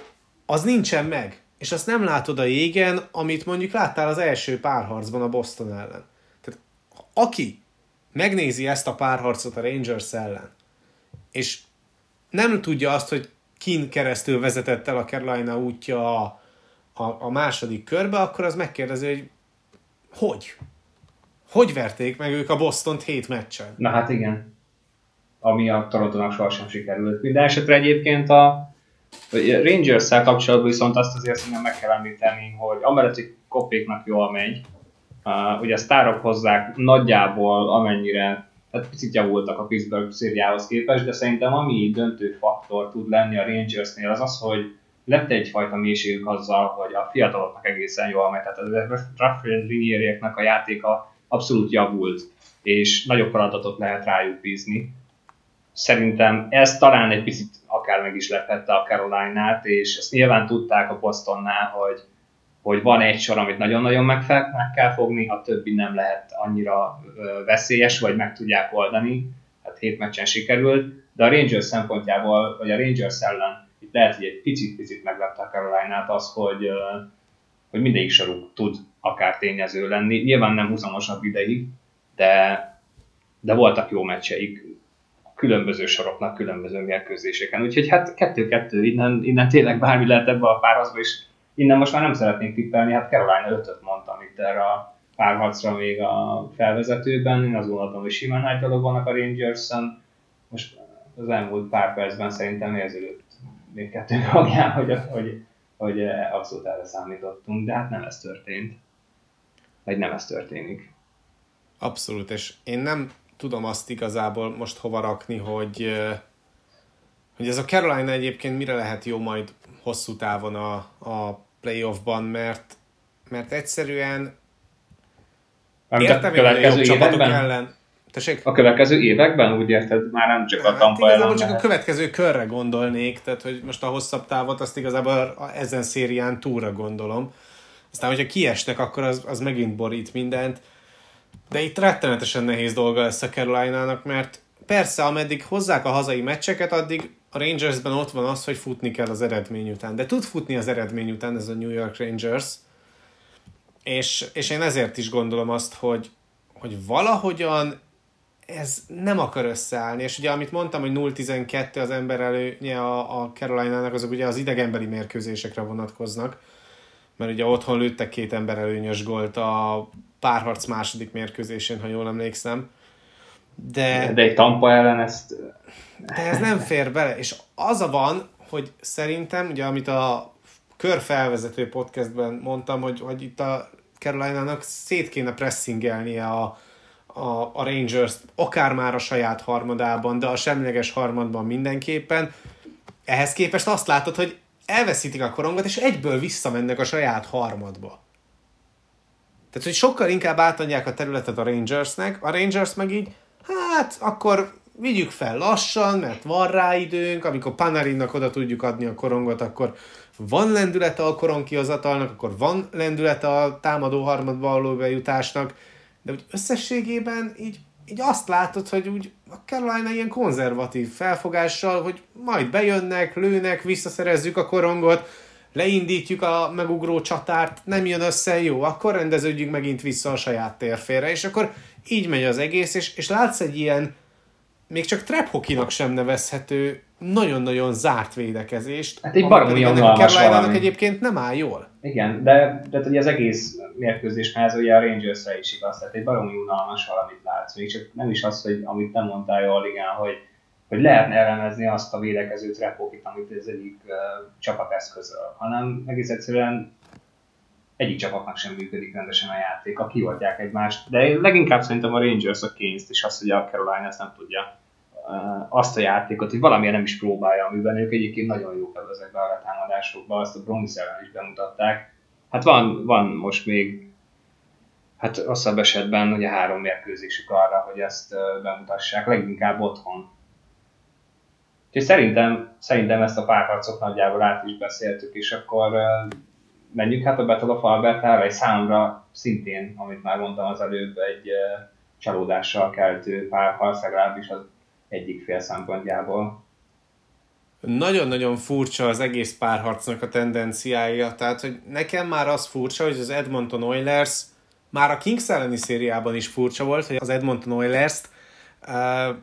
az nincsen meg. És azt nem látod a jégen, amit mondjuk láttál az első párharcban a Boston ellen. Tehát aki megnézi ezt a párharcot a Rangers ellen, és nem tudja azt, hogy kin keresztül vezetett el a Carolina útja a, a, a második körbe, akkor az megkérdezi, hogy hogy? Hogy verték meg ők a Bostont hét meccsen? Na hát igen. Ami a Torontónak sohasem sikerült. Minden esetre egyébként a Rangers-szel kapcsolatban viszont azt azért szerintem meg kell említeni, hogy amellett, hogy Kopéknak jól megy, uh, ugye a sztárok hozzák nagyjából amennyire, tehát picit javultak a Pittsburgh szériához képest, de szerintem ami döntő faktor tud lenni a Rangersnél az az, hogy lett egyfajta mélységük azzal, hogy a fiataloknak egészen jól megy, tehát a Raffrenierieknek a játéka abszolút javult, és nagyobb feladatot lehet rájuk bízni. Szerintem ez talán egy picit akár meg is lephette a Carolinát, és ezt nyilván tudták a Bostonnál, hogy, hogy van egy sor, amit nagyon-nagyon meg, fel, meg kell fogni, a többi nem lehet annyira ö, veszélyes, vagy meg tudják oldani, hát hét meccsen sikerült, de a Rangers szempontjából, vagy a Rangers ellen itt lehet, hogy egy picit-picit meglepte a Carolinát az, hogy, ö, hogy mindegyik soruk tud akár tényező lenni. Nyilván nem húzamosabb ideig, de, de voltak jó meccseik különböző soroknak, különböző mérkőzéseken. Úgyhogy hát kettő-kettő, innen, innen tényleg bármi lehet ebbe a párharcba, és innen most már nem szeretnék tippelni, hát Carolina ötöt mondtam itt erre a párharcra még a felvezetőben, én azt gondoltam, hogy simán nagy dolog vannak a Rangers-en, most az elmúlt pár percben szerintem érződött még kettő magján, hogy, hogy, hogy abszolút erre számítottunk, de hát nem ez történt. Vagy nem ez történik. Abszolút, és én nem tudom azt igazából most hova rakni, hogy, hogy ez a Carolina egyébként mire lehet jó majd hosszú távon a, a playoffban, mert, mert egyszerűen értem én a jobb csapatok ellen. Tessék? A következő években úgy érted, már nem csak a Tampa ellen. Igazából csak a következő körre gondolnék, tehát hogy most a hosszabb távot azt igazából ezen szérián túlra gondolom. Aztán, hogyha kiesnek, akkor az, az megint borít mindent. De itt rettenetesen nehéz dolga lesz a Carolinának, mert persze, ameddig hozzák a hazai meccseket, addig a Rangersben ott van az, hogy futni kell az eredmény után. De tud futni az eredmény után ez a New York Rangers, és, és én ezért is gondolom azt, hogy, hogy valahogyan ez nem akar összeállni. És ugye, amit mondtam, hogy nulla tizenkettő az ember előnye a, a Carolinának, azok ugye az idegenbeli mérkőzésekre vonatkoznak, mert ugye otthon lőttek két ember előnyös gólt a párharc második mérkőzésén, ha jól emlékszem. De, de egy Tampa ellen ezt... De ez nem fér bele, és az a van, hogy szerintem, ugye amit a körfelvezető podcastben mondtam, hogy, hogy itt a Carolinának szét kéne pressingelnie a, a, a Rangers-t, akár már a saját harmadában, de a semleges harmadban mindenképpen. Ehhez képest azt látod, hogy elveszítik a korongot, és egyből visszamennek a saját harmadba. Tehát, hogy sokkal inkább átadják a területet a Rangersnek, a Rangers meg így, hát akkor vigyük fel lassan, mert van rá időnk, amikor Panarinnak oda tudjuk adni a korongot, akkor van lendülete a koronkihozatalnak, akkor van lendülete a támadó harmadba való bejutásnak, de úgy összességében így, így azt látod, hogy úgy a Carolina ilyen konzervatív felfogással, hogy majd bejönnek, lőnek, visszaszerezzük a korongot, leindítjuk a megugró csatárt, nem jön össze, jó, akkor rendeződjünk megint vissza a saját térfélre, és akkor így megy az egész, és, és látsz egy ilyen, még csak trap hockeynak sem nevezhető, nagyon-nagyon zárt védekezést. Hát egy baromi unalmas valami. Egyébként nem áll jól. Igen, de, de ugye az egész mérkőzés már ez ugye a Rangersre is igaz, tehát egy baromi unalmas valamit látsz. Még csak nem is az, hogy amit nem mondtál jól, igen, hogy, hogy lehetne elemezni azt a védekező trap hockeyt, amit az egyik uh, csapat eszközöl, hanem egész egyszerűen egyik csapatnak sem működik rendesen a játék, a kioltják egymást, de leginkább szerintem a Rangers a kényszt, és az, hogy a Carolina ezt nem tudja uh, azt a játékot, hogy valamilyen nem is próbálja, amiben ők egyébként nagyon jók ezekben a letámadásokban, azt a Bronx ellen is bemutatták. Hát van, van most még, hát rosszabb esetben ugye három mérkőzésük arra, hogy ezt uh, bemutassák, leginkább otthon. Úgyhogy szerintem, szerintem ezt a párharcot nagyjából át is beszéltük, és akkor uh, menjünk hát a Battle of Albertára, egy számomra szintén, amit már mondtam az előbb, egy uh, csalódással keltő párharc, legalábbis az egyik fél szempontjából. Nagyon-nagyon furcsa az egész párharcnak a tendenciája, tehát hogy nekem már az furcsa, hogy az Edmonton Oilers, már a Kings elleni szériában is furcsa volt, hogy az Edmonton Oilers-t uh,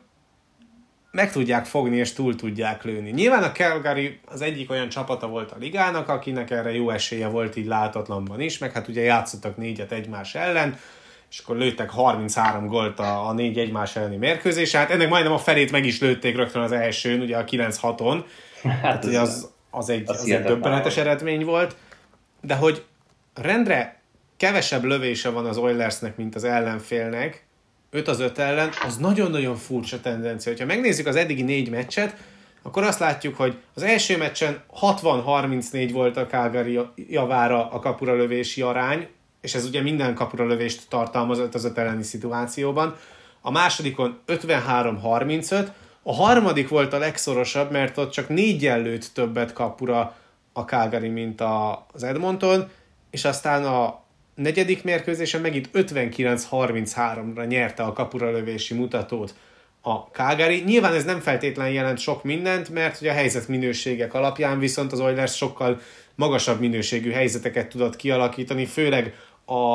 meg tudják fogni és túl tudják lőni. Nyilván a Calgary az egyik olyan csapata volt a ligának, akinek erre jó esélye volt így látatlanban is, meg hát ugye játszottak négyet egymás ellen, és akkor lőttek harminchárom gólt a, a négy egymás elleni mérkőzés. Hát ennek majdnem a felét meg is lőtték rögtön az elsőn, ugye a kilenc haton. Hát az, az, az egy, az egy döbbenetes eredmény volt. De hogy rendre kevesebb lövése van az Oilersnek, mint az ellenfélnek, öt az öt ellen, az nagyon-nagyon furcsa tendencia. Ha megnézzük az eddigi négy meccset, akkor azt látjuk, hogy az első meccsen hatvan harmincnégy volt a Calgary javára a kapura lövési arány, és ez ugye minden kapura lövést tartalmazott az öt elleni szituációban. A másodikon ötvenhárom harmincöt, a harmadik volt a legszorosabb, mert ott csak négyen lőtt többet kapura a Calgary, mint az Edmonton, és aztán a negyedik mérkőzésen megint ötvenkilenc harmincháromra nyerte a kapura lövési mutatót a Calgary. Nyilván ez nem feltétlenül jelent sok mindent, mert hogy a helyzet minőségek alapján viszont az Oilers sokkal magasabb minőségű helyzeteket tudott kialakítani, főleg a,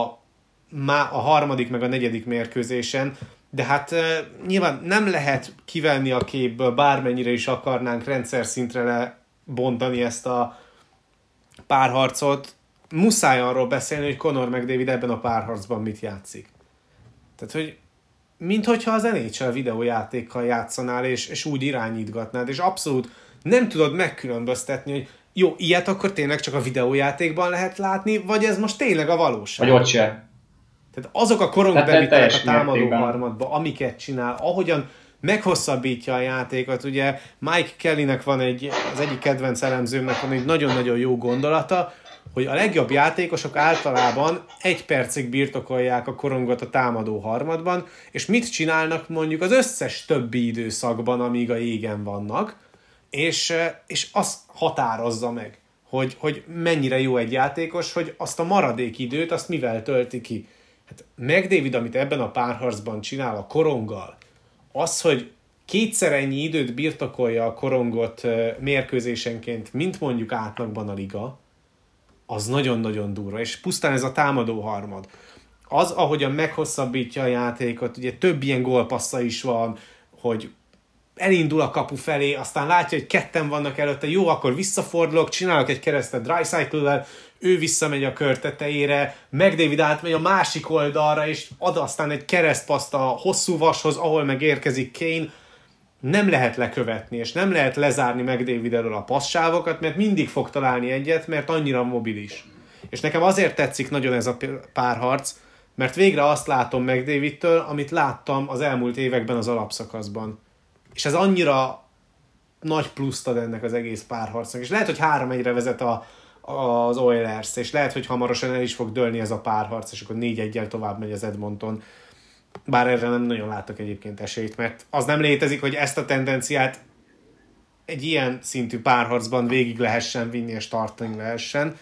a harmadik meg a negyedik mérkőzésen, de hát e, nyilván nem lehet kivenni a képből, bármennyire is akarnánk rendszer szintre lebontani ezt a párharcot, muszáj arról beszélni, hogy Connor McDavid ebben a párharcban mit játszik. Tehát, hogy minthogyha az en há el videójátékkal játszanál, és, és úgy irányítgatnád, és abszolút nem tudod megkülönböztetni, hogy jó, ilyet akkor tényleg csak a videójátékban lehet látni, vagy ez most tényleg a valóság? Vagy ott se. Tehát azok a korongbevitelek a támadó harmadba, amiket csinál, ahogyan meghosszabbítja a játékot, ugye Mike Kellynek van egy, az egyik kedvenc elemzőmnek van egy nagyon-nagyon jó gondolata, hogy a legjobb játékosok általában egy percig birtokolják a korongot a támadó harmadban, és mit csinálnak mondjuk az összes többi időszakban, amíg a jégen vannak, és, és az határozza meg. hogy, hogy mennyire jó egy játékos, hogy azt a maradék időt, azt mivel tölti ki. Hát McDavid, amit ebben a párharcban csinál a koronggal, az, hogy kétszer ennyi időt birtokolja a korongot mérkőzésenként, mint mondjuk átlagban a liga, az nagyon-nagyon durva, és pusztán ez a támadó harmad. Az, ahogyan meghosszabbítja a játékot, ugye több ilyen gólpassza is van, hogy elindul a kapu felé, aztán látja, hogy ketten vannak előtte, jó, akkor visszafordulok, csinálok egy keresztet Draisaitl-lel, ő visszamegy a kör tetejére, McDavid átmegy a másik oldalra, és ad aztán egy keresztpaszt a hosszú vashoz, ahol megérkezik Kane. Nem lehet lekövetni, és nem lehet lezárni McDavid elől a passzávokat, mert mindig fog találni egyet, mert annyira mobilis. És nekem azért tetszik nagyon ez a párharc, mert végre azt látom McDavidtől, amit láttam az elmúlt években az alapszakaszban. És ez annyira nagy pluszt ad ennek az egész párharcnak. És lehet, hogy három egyre vezet a, az Oilers, és lehet, hogy hamarosan el is fog dőlni ez a párharc, és akkor négy egyel tovább megy az Edmonton. Bár erre nem nagyon látok egyébként esélyt, mert az nem létezik, hogy ezt a tendenciát egy ilyen szintű párharcban végig lehessen vinni, és tartani lehessen.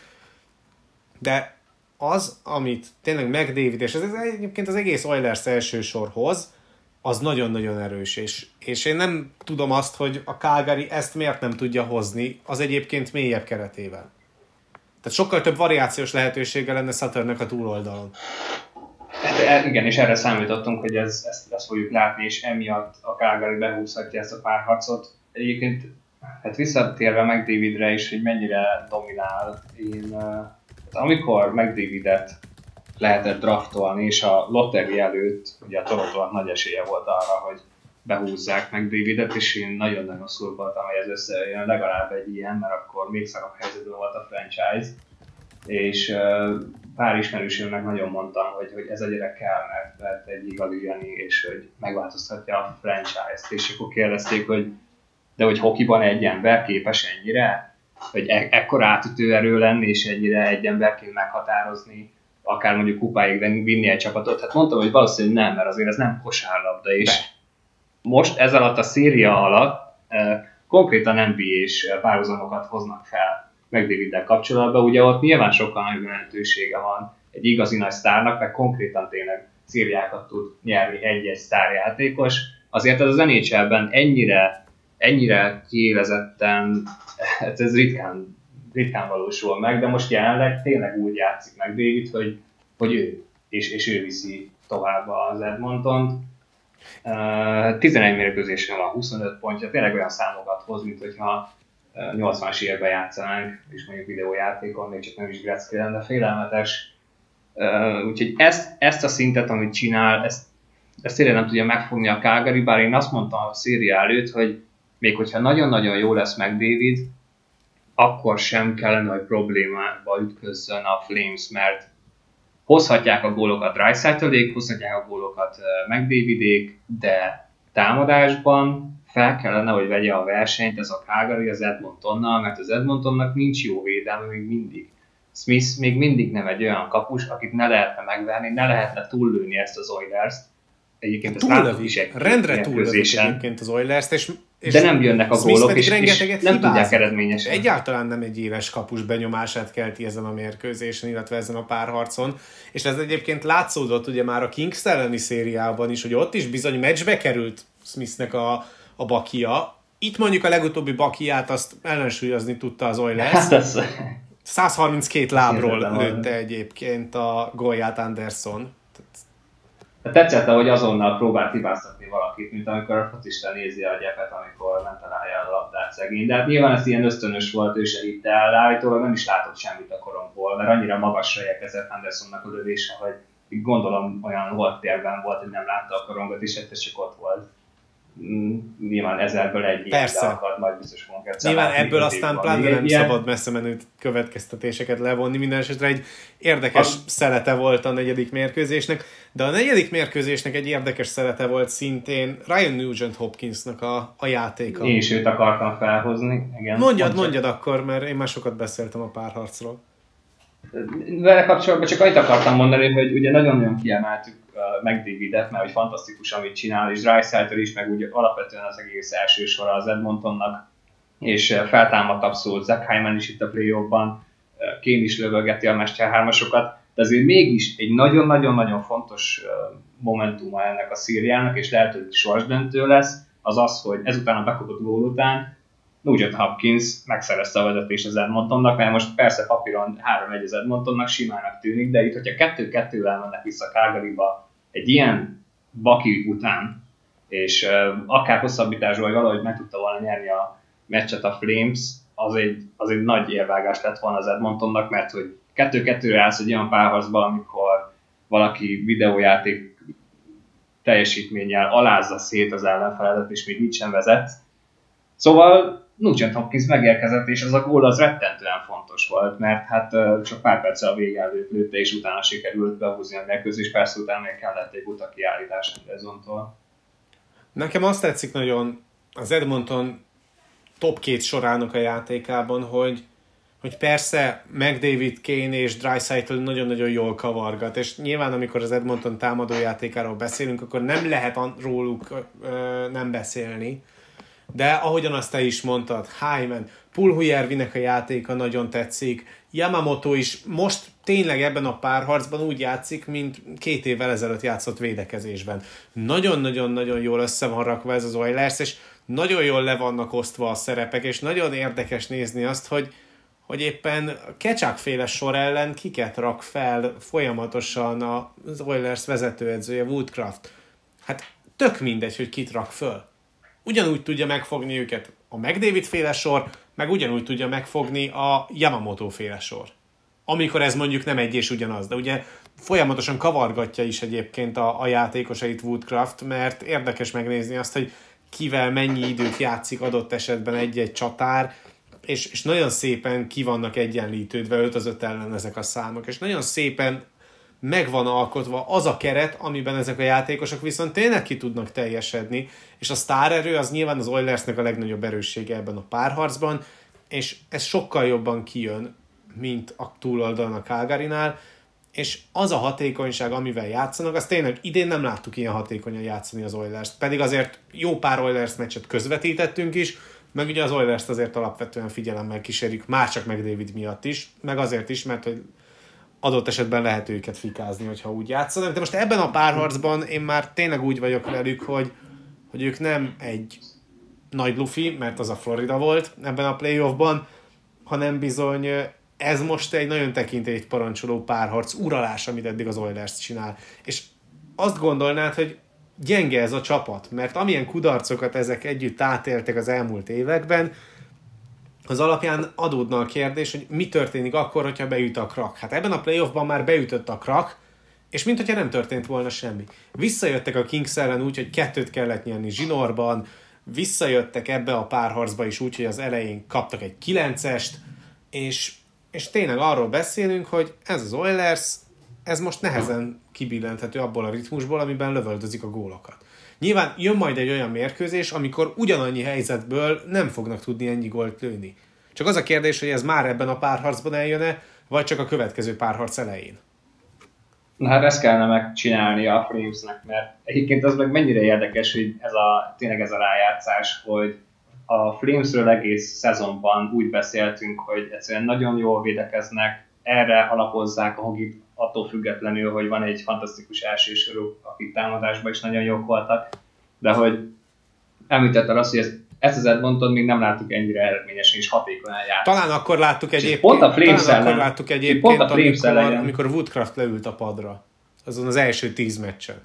De az, amit tényleg McDavid, és ez egyébként az egész Oilers első sorhoz, az nagyon-nagyon erős, és, és én nem tudom azt, hogy a Calgary ezt miért nem tudja hozni az egyébként mélyebb keretével. Tehát sokkal több variációs lehetősége lenne Saturnnek a túloldalon. Hát igen, és erre számítottunk, hogy ez, ezt, ezt fogjuk látni, és emiatt a Calgary behúzhatja ezt a párharcot. Egyébként hát visszatérve McDavidre is, hogy mennyire dominál, én amikor McDavidet lehetett draftolni, és a lotteri előtt ugye a Torontónak nagy esélye volt arra, hogy behúzzák McDavidet, és én nagyon-nagyon szurkoltam, hogy ez összejön legalább egy ilyen, mert akkor még szarabb helyzetben volt a franchise, és uh, pár ismerősömnek nagyon mondtam, hogy, hogy ez a gyerek kell, mert, mert egy igazi Jani, és hogy megváltoztatja a franchise-t, és akkor kérdezték, hogy de hogy hokiban egy ember képes ennyire, hogy e- ekkora átütő erő lenni, és ennyire egy emberként meghatározni, akár mondjuk kupáig vinni egy csapatot. Hát mondtam, hogy valószínűleg nem, mert azért ez nem kosárlabda, és de. Most ez alatt a széria alatt eh, konkrétan en bé á-s párhuzamokat hoznak fel McDaviddel kapcsolatban. Ugye ott nyilván sokkal nagyobb jelentősége van egy igazi nagy sztárnak, meg konkrétan tényleg szériákat tud nyerni egy-egy sztárjátékos. Azért ez az en há el-ben ennyire, ennyire kiélezetten, hát ez ritkán ritkán valósul meg, de most jelenleg tényleg úgy játszik meg David, hogy, hogy ő, és, és ő viszi tovább az Edmontont. Uh, tizenegy mérkőzésen van huszonöt pontja, tényleg olyan számokat hoz, mint hogyha nyolcvanas években játszanánk, és mondjuk videójátékon, még csak nem is Gretzky lenne, de félelmetes. Uh, úgyhogy ezt, ezt a szintet, amit csinál, ezt, ezt tényleg nem tudja megfogni a Calgary, bár én azt mondtam a széria előtt, hogy még hogyha nagyon-nagyon jó lesz meg David, akkor sem kellene, hogy problémába ütközzön a Flames, mert hozhatják a gólokat Draisaitl-ék, hozhatják a gólokat McDavidék, de támadásban fel kellene, hogy vegye a versenyt ez a Calgary az Edmontonnal, mert az Edmontonnak nincs jó védelme még mindig. Smith még mindig nem egy olyan kapus, akit ne lehetne megverni, ne lehetne túllőni ezt az Oilers-t. Egyébként ezt láttuk is egy rendre túllövik egyébként az Oilers-t, és, és de nem jönnek a Smith gólok, és, és nem hibázik. tudják eredményesen. Egyáltalán nem egy éves kapus benyomását kelti ezen a mérkőzésen, illetve ezen a párharcon. És ez egyébként látszódott ugye már a Kings elleni szériában is, hogy ott is bizony meccsbe került Smithnek a, a bakia. Itt mondjuk a legutóbbi bakiát azt ellensúlyozni tudta az Oilers. Hát ez... száz harminckét lábról lőtte egyébként a gólját Anderson. Tetszett, hogy azonnal próbált hibáztatni valakit, mint amikor a focista nézi a gyepet, amikor nem találja a labdát szegény. De hát nyilván ez ilyen ösztönös volt, ő se hitte el, állítólag nem is látott semmit a koromból, mert annyira magasra érkezett Andersonnak a lövése, hogy gondolom olyan holttérben volt, hogy nem látta a korongot, és ez csak ott volt. Nyilván ezerből egy ilyen, de akad, majd biztos fogunk egyszer. Nyilván ebből aztán pláne nem ilyen... szabad messze menő következtetéseket levonni. Minden esetre egy érdekes a... szelete volt a negyedik mérkőzésnek, de a negyedik mérkőzésnek egy érdekes szelete volt szintén Ryan Nugent-Hopkinsnak a, a játéka. Én is őt akartam felhozni. Igen, mondjad, mondjad akkor, mert én már sokat beszéltem a párharcról. Vele kapcsolatban csak annyit akartam mondani, hogy ugye nagyon-nagyon kiemeltük McDavidet, mert hogy fantasztikus, amit csinál, és Draisaitl is, meg úgy alapvetően az egész első sora az Edmontonnak. és feltámadt abszolút Zach Hyman is itt a play-offban, Kane is lövölgeti a Mester hármasokat, de azért mégis egy nagyon-nagyon-nagyon fontos momentuma ennek a szériának, és lehet, hogy sorsdöntő lesz, az az, hogy ezután a bekapott gól után Nugent Hopkins megszerezte a vezetést az Edmontonnak, mert most persze papíron három egy az Edmontonnak simának tűnik, de itt, hogyha kettő-kettővel mennek vissza Calgaryba egy ilyen baki után, és uh, akár hosszabbításban, vagy valahogy meg tudta volna nyerni a meccset a Flames, az egy, az egy nagy érvágás lett volna az Edmontonnak, mert hogy kettő-kettőre állsz egy olyan párharcban, amikor valaki videójáték teljesítménnyel alázza szét az ellenfeledet, és még így sem vezet. Szóval Nugent Hopkins megérkezett, és az a gól az rettentően fontos volt, mert hát csak pár perccel a vége előtt lőtte, és utána sikerült behúzni a mérkőzést, persze utána még kellett egy utakiállítás Andersontól. Nekem azt tetszik nagyon az Edmonton top két sorának a játékában, hogy, hogy persze McDavid, Kane és Draisaitl nagyon-nagyon jól kavargat, és nyilván amikor az Edmonton támadójátékáról beszélünk, akkor nem lehet róluk ö, nem beszélni, de ahogyan azt te is mondtad, Hyman, Puljujarvinek a játéka nagyon tetszik, Yamamoto is most tényleg ebben a párharcban úgy játszik, mint két évvel ezelőtt játszott védekezésben. Nagyon-nagyon-nagyon jól össze van rakva ez az Oilers, és nagyon jól le vannak osztva a szerepek, és nagyon érdekes nézni azt, hogy, hogy éppen Kecsák-féle sor ellen kiket rak fel folyamatosan az Oilers vezetőedzője, Woodcraft. Hát tök mindegy, hogy kit rak föl. Ugyanúgy tudja megfogni őket a McDavid féle sor, meg ugyanúgy tudja megfogni a Yamamoto féle sor. Amikor ez mondjuk nem egy és ugyanaz, de ugye folyamatosan kavargatja is egyébként a, a játékosait Woodcraft, mert érdekes megnézni azt, hogy kivel mennyi időt játszik adott esetben egy-egy csatár, és, és nagyon szépen ki vannak egyenlítődve öt az öt ellen ezek a számok, és nagyon szépen meg van alkotva az a keret, amiben ezek a játékosok viszont tényleg ki tudnak teljesedni, és a sztárerő az nyilván az Oilersnek a legnagyobb erőssége ebben a párharcban, és ez sokkal jobban kijön, mint a túloldalon a Calgarynál, és az a hatékonyság, amivel játszanak, az tényleg idén nem láttuk ilyen hatékonyan játszani az Oilers-t, pedig azért jó pár Oilers meccset közvetítettünk is, meg ugye az Oilers-t azért alapvetően figyelemmel kísérjük, már csak McDavid miatt is, meg azért is, mert hogy adott esetben lehet őket fikázni, hogyha úgy játszanak. De most ebben a párharcban én már tényleg úgy vagyok velük, hogy, hogy ők nem egy nagy lufi, mert az a Florida volt ebben a playoffban, hanem bizony ez most egy nagyon tekintélyt parancsoló párharc, uralás, amit eddig az Oilers csinál. És azt gondolnád, hogy gyenge ez a csapat, mert amilyen kudarcokat ezek együtt átéltek az elmúlt években, az alapján adódna a kérdés, hogy mi történik akkor, hogyha beüt a krak. Hát ebben a playoffban már beütött a krak, és minthogyha nem történt volna semmi. Visszajöttek a Kings ellen úgy, hogy kettőt kellett nyerni zsinórban, visszajöttek ebbe a párharcba is úgy, hogy az elején kaptak egy kilencest, és, és tényleg arról beszélünk, hogy ez az Oilers, ez most nehezen kibillenthető abból a ritmusból, amiben lövöldözik a gólokat. Nyilván jön majd egy olyan mérkőzés, amikor ugyanannyi helyzetből nem fognak tudni ennyi gólt lőni. Csak az a kérdés, hogy ez már ebben a párharcban eljön-e, vagy csak a következő párharc elején. Na hát ezt kellene megcsinálni a Flamesnek, mert egyébként az meg mennyire érdekes, hogy ez a, tényleg ez a rájátszás, hogy a Flamesről egész szezonban úgy beszéltünk, hogy egyszerűen nagyon jól védekeznek, erre alapozzák a hogit, attól függetlenül, hogy van egy fantasztikus elsősorú, akik támadásban is nagyon jók voltak, de hogy említetted azt, hogy ez, ezt az Edmonton még nem láttuk ennyire eredményesen és hatékonyan játszani. Talán akkor láttuk egyébként, pont a Flames talán ellen, akkor láttuk egyébként pont a Flames amikor, ellen. amikor Woodcraft leült a padra. Azon az első tíz meccsen.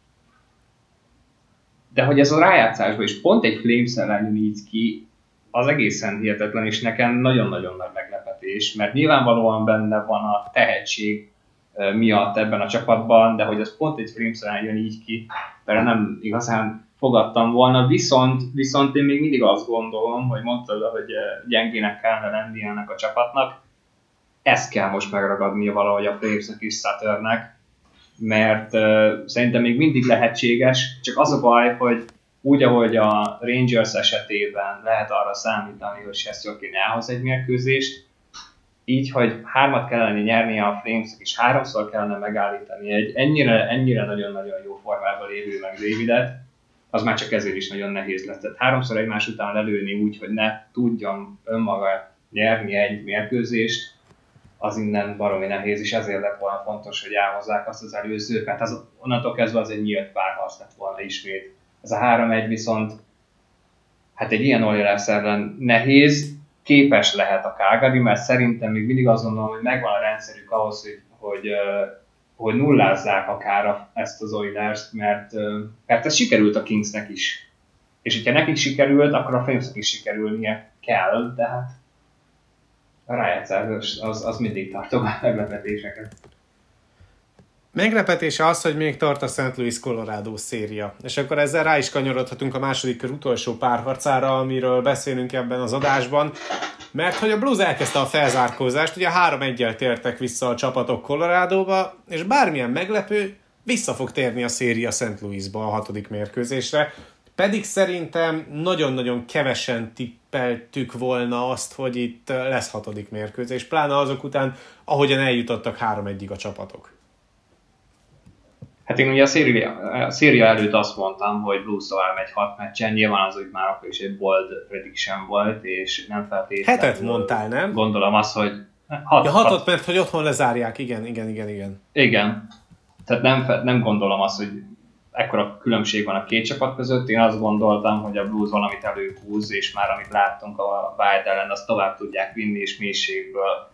De hogy ez a rájátszásban is pont egy Flames ellen jön így ki, az egészen hihetetlen, és nekem nagyon-nagyon nagy meglepetés, mert nyilvánvalóan benne van a tehetség miatt ebben a csapatban, de hogy ez pont egy Flames ellen jön így ki, mert nem igazán fogadtam volna, viszont, viszont én még mindig azt gondolom, hogy mondtad, hogy gyengének kellene lenni ennek a csapatnak, ezt kell most megragadnia valahogy a Flamesnek és Saturnnek, mert uh, szerintem még mindig lehetséges, csak az a baj, hogy úgy, ahogy a Rangers esetében lehet arra számítani, hogy Shesterkin elhoz egy mérkőzést, így, hogy hármat kellene nyernie a Flamesnek, és háromszor kellene megállítani egy ennyire, ennyire nagyon-nagyon jó formában lévő meg Davidet, az már csak ezért is nagyon nehéz lesz. Tehát háromszor egymás után lelőni úgy, hogy ne tudjon önmaga nyerni egy mérkőzést, az innen baromi nehéz, és ezért lett volna fontos, hogy elhozzák azt az előzőt, mert az, onnantól kezdve az egy nyílt párharc lett volna ismét. Ez a három egy viszont hát egy ilyen Oilers ellen nehéz, képes lehet a Calgary, mert szerintem még mindig azt gondolom, hogy megvan a rendszerük ahhoz, hogy, hogy, hogy nullázzák akár ezt az Oilers-t, mert, mert ez sikerült a Kingsnek is. És hogyha nekik sikerült, akkor a Flamesnek is sikerülnie kell, de hát a rájátszás az, az mindig tartom a meglepetéseket. Meglepetése az, hogy még tart a Saint Louis Colorado széria. És akkor ezzel rá is kanyarodhatunk a második kör utolsó párharcára, amiről beszélünk ebben az adásban. Mert hogy a Blues elkezdte a felzárkózást, ugye három egyel tértek vissza a csapatok Coloradóba, és bármilyen meglepő, vissza fog térni a széria Saint Louisba a hatodik mérkőzésre. Pedig szerintem nagyon-nagyon kevesen tippeltük volna azt, hogy itt lesz hatodik mérkőzés, pláne azok után, ahogyan eljutottak három egyig a csapatok. Hát én ugye a széria, a széria előtt azt mondtam, hogy Blues tovább megy hat meccsen, nyilván az úgy már akkor is egy bold prediction volt, és nem feltétlenül... Hetet mondtál, nem? Gondolom azt, hogy... Hat, ja, hatot, hat. Mert hogy otthon lezárják, igen, igen, igen, igen. Igen. Tehát nem, nem gondolom azt, hogy ekkora különbség van a két csapat között. Én azt gondoltam, hogy a Blues valamit előhúz, és már amit láttunk a Wild ellen, azt tovább tudják vinni, és mélységből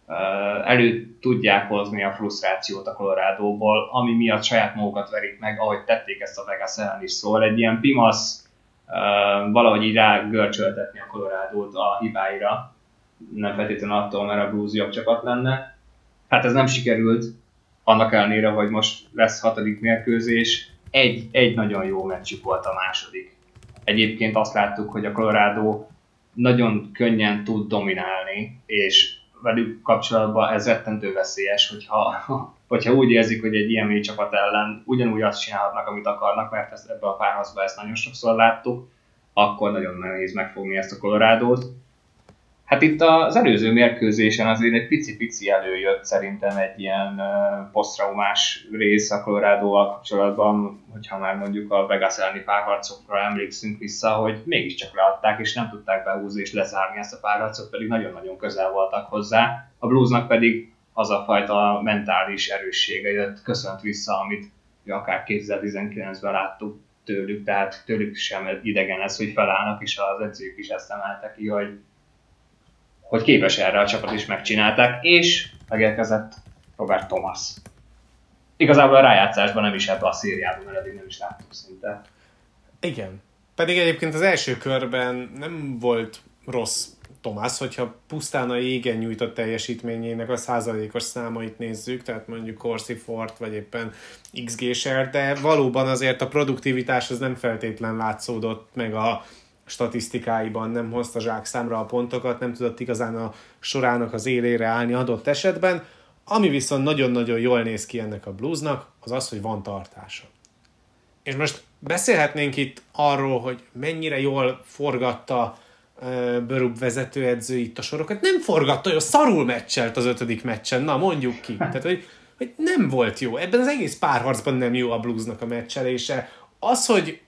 elő tudják hozni a frusztrációt a Colorado-ból, ami miatt saját magukat verik meg, ahogy tették ezt a Vegas ellen is. Szóval egy ilyen pimasz valahogy így rágörcsöltetni a Colorado-t a hibáira, nem feltétlenül attól, mert a Blues jobb csapat lenne. Hát ez nem sikerült, annak ellenére, hogy most lesz hatodik mérkőzés. Egy, egy nagyon jó meccsük volt a második. Egyébként azt láttuk, hogy a Colorado nagyon könnyen tud dominálni, és velük kapcsolatban ez rettentő veszélyes, hogyha, hogyha úgy érzik, hogy egy ilyen mély csapat ellen ugyanúgy azt csinálhatnak, amit akarnak, mert ezt, ebben a párharcban ezt nagyon sokszor láttuk, akkor nagyon nehéz megfogni ezt a Colorado-t. Hát itt az előző mérkőzésen azért egy pici-pici előjött szerintem egy ilyen uh, posztraumás rész a Colorado-val kapcsolatban, hogyha már mondjuk a Vegas elleni párharcokra emlékszünk vissza, hogy mégiscsak leadták és nem tudták behúzni és lezárni ezt a párharcot, pedig nagyon-nagyon közel voltak hozzá. A Bluesnak pedig az a fajta mentális erőssége jött, köszönt vissza, amit akár kétezer-tizenkilencben láttuk tőlük, tehát tőlük sem idegen ez, hogy felállnak, és az edzők is ezt emelte ki, hogy hogy képes erre a csapat is megcsinálták, és megérkezett Robert Thomas. Igazából a rájátszásban nem is ebbe a szériában, mert eddig nem is láttuk szinte. Igen. Pedig egyébként az első körben nem volt rossz Thomas, hogyha pusztán a jégen nyújtott teljesítményének a százalékos számait nézzük, tehát mondjuk Corsi Fort, vagy éppen iksz gé-ser, de valóban azért a produktivitás az nem feltétlen látszódott meg a statisztikáiban, nem hozta zsákszámra a pontokat, nem tudott igazán a sorának az élére állni adott esetben. Ami viszont nagyon-nagyon jól néz ki ennek a Bluesnak, az az, hogy van tartása. És most beszélhetnénk itt arról, hogy mennyire jól forgatta uh, Berube vezetőedző itt a sorokat. Nem forgatta, hogy szarul meccselt az ötödik meccsen, na mondjuk ki. Tehát, hogy, hogy nem volt jó. Ebben az egész párharcban nem jó a Bluesnak a meccselése. Az, hogy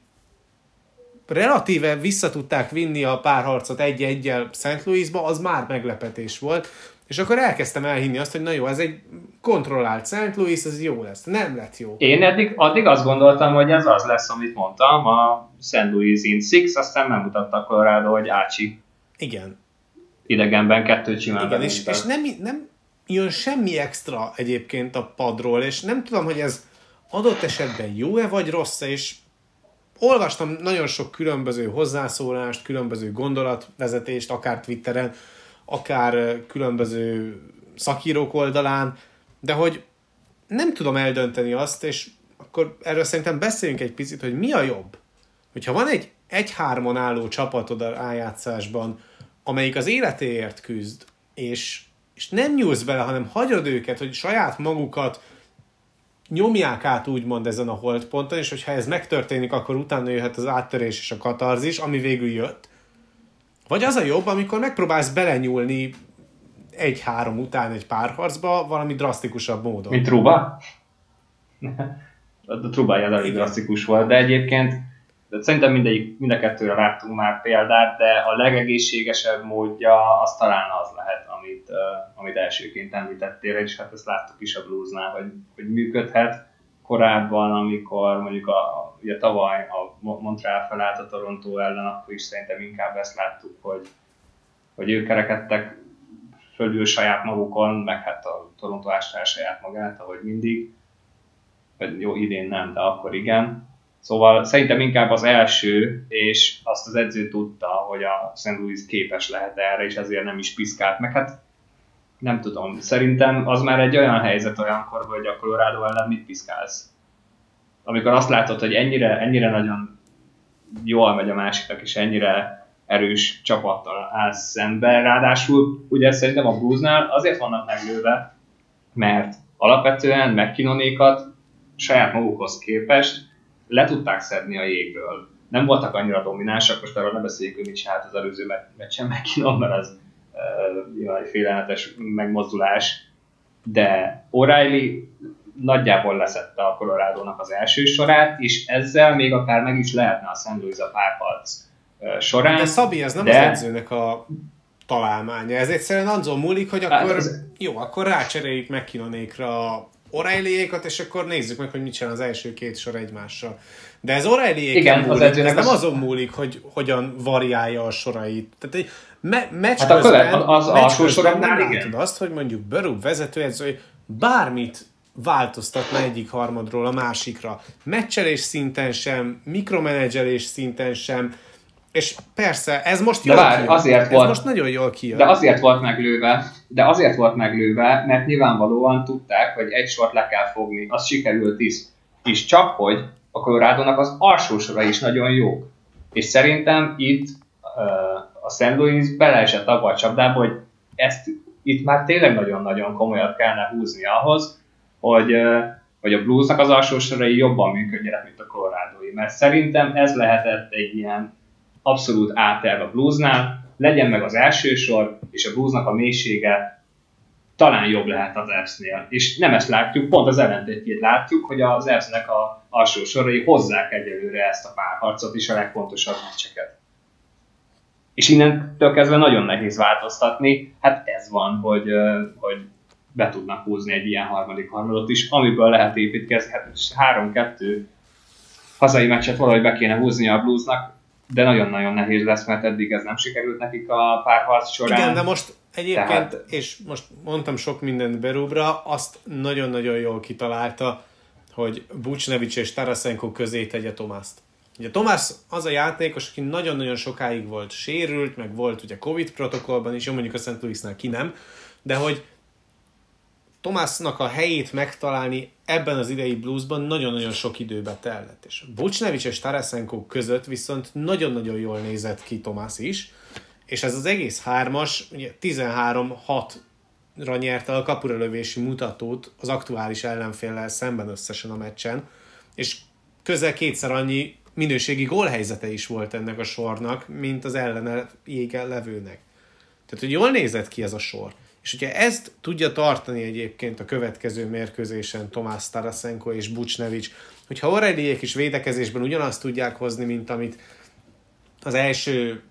relatíve vissza tudták vinni a párharcot egy-egyel Saint Louisba, az már meglepetés volt, és akkor elkezdtem elhinni azt, hogy na jó, ez egy kontrollált Saint Louis, ez jó lesz. Nem lett jó. Én eddig, addig azt gondoltam, hogy ez az lesz, amit mondtam, a Saint Louis in six, aztán nem mutatta Colorado, hogy Ácsi. Igen. Idegenben kettőt csinál. Igen, és, és nem, nem jön semmi extra egyébként a padról, és nem tudom, hogy ez adott esetben jó-e vagy rossz, és olvastam nagyon sok különböző hozzászólást, különböző gondolatvezetést, akár Twitteren, akár különböző szakírók oldalán, de hogy nem tudom eldönteni azt, és akkor erről szerintem beszéljünk egy picit, hogy mi a jobb. Hogyha van egy egy-hárman álló csapatod a rájátszásban, amelyik az életéért küzd, és, és nem nyúlsz bele, hanem hagyod őket, hogy saját magukat nyomják át úgymond ezen a holdponton, és hogyha ez megtörténik, akkor utána jöhet az áttörés és a katarzis, ami végül jött. Vagy az a jobb, amikor megpróbálsz belenyúlni egy-három után egy párharcba valami drasztikusabb módon. Mint Truba? A Trubája elég drasztikus volt, de egyébként De szerintem mindegyik, mind a kettőre láttunk már példát, de a legegészségesebb módja az talán az lehet, amit, uh, amit elsőként említettél, és hát ezt láttuk is a Bluesnál, hogy, hogy működhet. Korábban, amikor mondjuk a, ugye tavaly a Montreal felállt a Toronto ellen, akkor is szerintem inkább ezt láttuk, hogy, hogy ők kerekedtek fölül saját magukon, meg hát a Toronto ásta el saját magát, ahogy mindig. Jó, idén nem, de akkor igen. Szóval szerintem inkább az első, és azt az edző tudta, hogy a Saint Louis képes lehet erre, és ezért nem is piszkált meg. Hát nem tudom, szerintem az már egy olyan helyzet olyankor, hogy a Colorado ellen mit piszkálsz. Amikor azt látod, hogy ennyire, ennyire nagyon jól megy a másiknak, és ennyire erős csapattal állsz szemben, ráadásul ugye szerintem a Bluesnál azért vannak meglőve, mert alapvetően McKinnonékat saját magukhoz képest le tudták szedni a jégből. Nem voltak annyira dominánsak, most arról ne beszéljük, hogy mit csinált az előző meccsen McKinnon, mert az uh, egy félelmetes megmozdulás, de O'Reilly nagyjából leszette a Colorado-nak az első sorát, és ezzel még akár meg is lehetne a Saint Louis a párharc uh, során. De Szabi, ez nem de... az edzőnek a találmánya. Ez egyszerűen azon múlik, hogy akkor ez... jó, akkor rácseréljük McKinnonékra a O'Reillyékat, és akkor nézzük meg, hogy mit csinál az első két sor egymással. De ez O'Reillyéken múlik, ez nem az... azon múlik, hogy hogyan variálja a sorait. Tehát egy me- meccs hát közben, az, az meccs közben nem látod azt, hogy mondjuk Berube vezetőedző bármit változtatna egyik harmadról a másikra. Meccselés szinten sem, mikromenedzselés szinten sem, és persze, ez most jól vár, kijön. Azért ez volt, most nagyon jól kijön. De azért volt meglőve, de azért volt meglőve, mert nyilvánvalóan tudták, hogy egy sort le kell fogni. Az sikerült is. És csak hogy a Colorado-nak az alsó sora is nagyon jók. És szerintem itt uh, a Saint Louis beleesett abba a csapdába, hogy ezt itt már tényleg nagyon-nagyon komolyan kellene húzni ahhoz, hogy, uh, hogy a Bluesnak az alsó sorai jobban működjenek, mint a Colorado-i. Mert szerintem ez lehetett egy ilyen abszolút átterv a Bluesnál, legyen meg az első sor, és a Bluesnak a mélysége talán jobb lehet az Avs-nél. És nem ezt látjuk, pont az ellentétjét látjuk, hogy az Avs-nek a alsó sorai hozzák egyelőre ezt a párharcot és a legfontosabb meccseket. És innentől kezdve nagyon nehéz változtatni, hát ez van, hogy, hogy be tudnak húzni egy ilyen harmadik harmadot is, amiből lehet építkezni, hát három-kettő hazai meccset valahogy be kéne húznia a Bluesnak, de nagyon-nagyon nehéz lesz, mert eddig ez nem sikerült nekik a párharc során. Igen, de most egyébként, Tehát... és most mondtam sok mindent Berube-ra, azt nagyon-nagyon jól kitalálta, hogy Buchnevich és Tarasenko közé tegye Tomást. Ugye Tomás az a játékos, aki nagyon-nagyon sokáig volt sérült, meg volt ugye Covid protokollban is, jó, mondjuk a Saint Louisnál ki nem, de hogy Tomásnak a helyét megtalálni ebben az idei Bluesban nagyon-nagyon sok időbe tellett. És Buchnevich és Tarasenko között viszont nagyon-nagyon jól nézett ki Tomás is, és ez az egész hármas ugye tizenhárom hatra nyerte a kapuralövési mutatót az aktuális ellenféllel szemben összesen a meccsen, és közel kétszer annyi minőségi gólhelyzete is volt ennek a sornak, mint az ellene jégen levőnek. Tehát, hogy jól nézett ki ez a sor. És hogyha ezt tudja tartani egyébként a következő mérkőzésen Tomás, Tarasenko és Buchnevich, hogyha O'Reillyék is védekezésben ugyanazt tudják hozni, mint amit az első,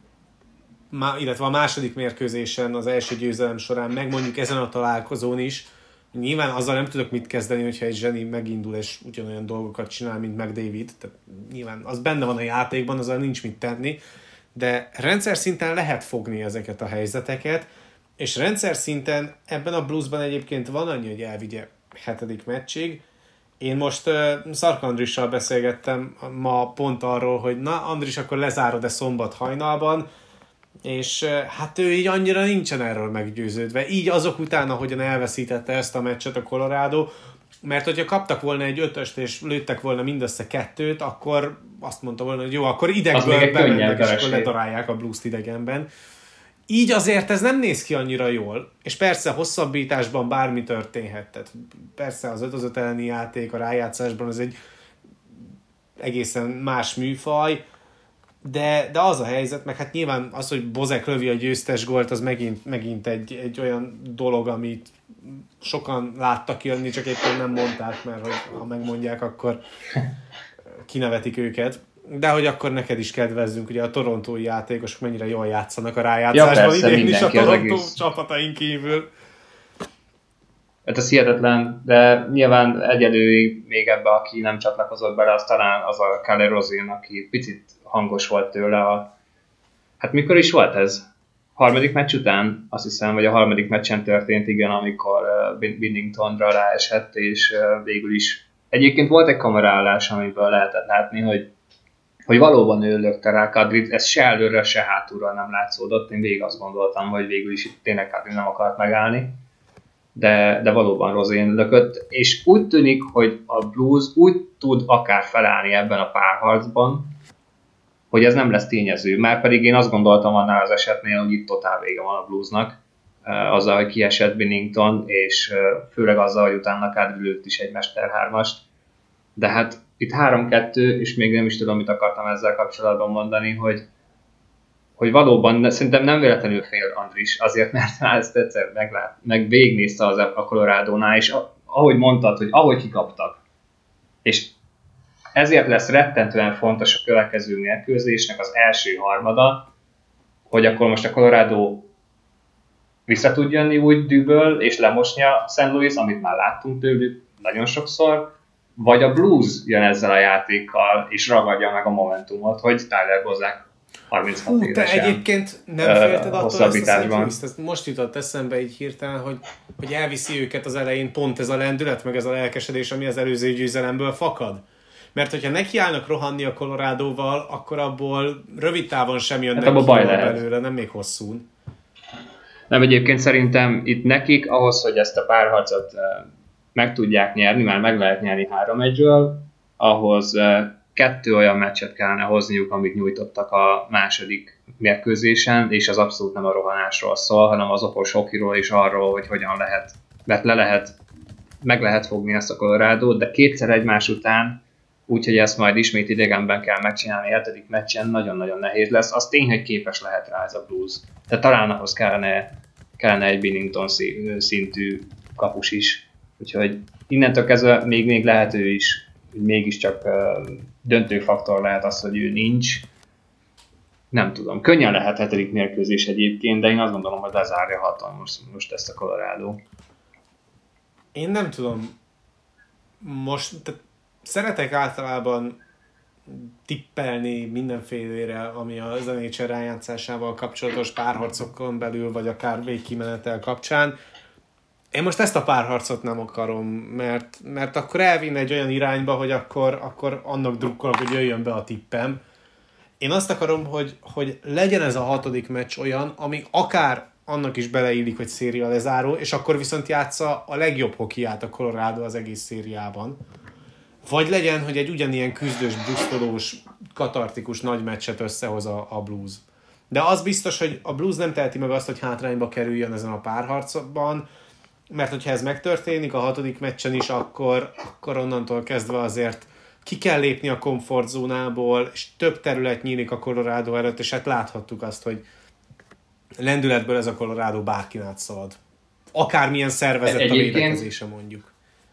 illetve a második mérkőzésen, az első győzelem során, meg mondjuk ezen a találkozón is, nyilván azzal nem tudok mit kezdeni, hogyha egy zseni megindul és ugyanolyan dolgokat csinál, mint McDavid, tehát nyilván az benne van a játékban, azzal nincs mit tenni, de rendszer szinten lehet fogni ezeket a helyzeteket, és rendszer szinten ebben a Bluesban egyébként van annyi, hogy elvigye hetedik meccsig. Én most uh, Szarka Andrissal beszélgettem ma pont arról, hogy na Andris, akkor lezárod-e szombat hajnalban, és uh, hát ő így annyira nincsen erről meggyőződve. Így azok után, ahogyan elveszítette ezt a meccset a Colorado, mert hogyha kaptak volna egy ötöst, és lőttek volna mindössze kettőt, akkor azt mondta volna, hogy jó, akkor idegből bemennek, és akkor ledarálják a Blues-t idegenben. Így azért ez nem néz ki annyira jól, és persze hosszabbításban bármi történhet. Tehát persze az öt az öt elleni játék a rájátszásban az egy egészen más műfaj, de, de az a helyzet, meg hát nyilván az, hogy Bozek lövi a győztes gólt, az megint, megint egy, egy olyan dolog, amit sokan láttak jönni, csak éppen nem mondták, mert hogy ha megmondják, akkor kinevetik őket. De hogy akkor neked is kedvezzünk, ugye a torontói játékosok mennyire jól játszanak a rájátszásban, ja, persze, idén is a Torontó egész... csapataink kívül. Hát ez hihetetlen, de nyilván egyedül még ebbe, aki nem csatlakozott bele, az talán az a Calle Rosin, aki picit hangos volt tőle. A... Hát mikor is volt ez? Harmadik meccs után, azt hiszem, vagy a harmadik meccsen történt, igen, amikor uh, Binningtonra ráesett, és uh, végül is. Egyébként volt egy kamerálás, amiből lehetett látni, hogy, hogy valóban ő lökte rá Kadrit, ez se előre, se hátulra nem látszódott. Én végig azt gondoltam, hogy végül is itt tényleg Kadri nem akart megállni. De, de valóban Rosin lökött, és úgy tűnik, hogy a Blues úgy tud akár felállni ebben a párharcban, hogy ez nem lesz tényező. Márpedig én azt gondoltam annál az esetnél, hogy itt totál vége van a Bluesnak, azzal, hogy kiesett Binnington, és főleg azzal, hogy utána Kadri lőtt is egy mester hármast. De hát itt három kettő, és még nem is tudom, mit akartam ezzel kapcsolatban mondani, hogy hogy valóban szerintem nem véletlenül fél Andris, azért, mert már ezt egyszer meglát, meg végignézte az a Colorado-nál, és ahogy mondtad, hogy ahogy kikaptak, és ezért lesz rettentően fontos a következő mérkőzésnek az első harmada, hogy akkor most a Colorado vissza tud jönni úgy dűből, és lemosni a Saint Louis, amit már láttunk tőlük nagyon sokszor, vagy a Blues jön ezzel a játékkal, és ragadja meg a momentumot, hogy Tyler Bozák harminchat Hú, évesen. Te egyébként nem félted attól ezt a Saint Louis-t? Ez most jutott eszembe így hirtelen, hogy, hogy elviszi őket az elején pont ez a lendület, meg ez a lelkesedés, ami az előző győzelemből fakad. Mert hogyha nekiállnak rohanni a Colorado-val, akkor abból rövid távon sem jönnek hát ki belőle, nem még hosszún. Nem, egyébként szerintem itt nekik ahhoz, hogy ezt a párharcot meg tudják nyerni, már meg lehet nyerni három egyről, ahhoz kettő olyan meccset kellene hozniuk, amit nyújtottak a második mérkőzésen, és az abszolút nem a rohanásról szól, hanem az okos hokiról és arról, hogy hogyan lehet, mert le lehet, meg lehet fogni ezt a Colorado-t, de kétszer egymás után, úgyhogy ezt majd ismét idegenben kell megcsinálni, hetedik meccsen nagyon-nagyon nehéz lesz. Az tény, hogy képes lehet rá ez a Blues. De talán ahhoz kellene, kellene egy Binnington szintű kapus is. Úgyhogy innentől kezdve még, még lehet ő is, hogy mégiscsak uh, döntő faktor lehet az, hogy ő nincs. Nem tudom. Könnyen lehet hetedik mérkőzés egyébként, de én azt gondolom, hogy lezárja hatalmas most ezt a Colorado. Én nem tudom. Most tehát szeretek általában tippelni mindenfélére, ami az en há el rájátszásával kapcsolatos párharcokon belül, vagy akár végkimenetel kapcsán. Én most ezt a párharcot nem akarom, mert, mert akkor elvinne egy olyan irányba, hogy akkor, akkor annak drukkolok, hogy jöjjön be a tippem. Én azt akarom, hogy, hogy legyen ez a hatodik meccs olyan, ami akár annak is beleillik, hogy széria lezáró, és akkor viszont játsza a legjobb hokiát a Colorado az egész szériában. Vagy legyen, hogy egy ugyanilyen küzdős, busztolós, katartikus nagy meccset összehoz a, a Blues. De az biztos, hogy a Blues nem teheti meg azt, hogy hátrányba kerüljön ezen a párharcban, mert hogyha ez megtörténik a hatodik meccsen is, akkor, akkor onnantól kezdve azért ki kell lépni a komfortzónából, és több terület nyílik a Colorado előtt, és hát láthattuk azt, hogy lendületből ez a Colorado bárkin átszalad. Akármilyen szervezett a védekezése mondjuk.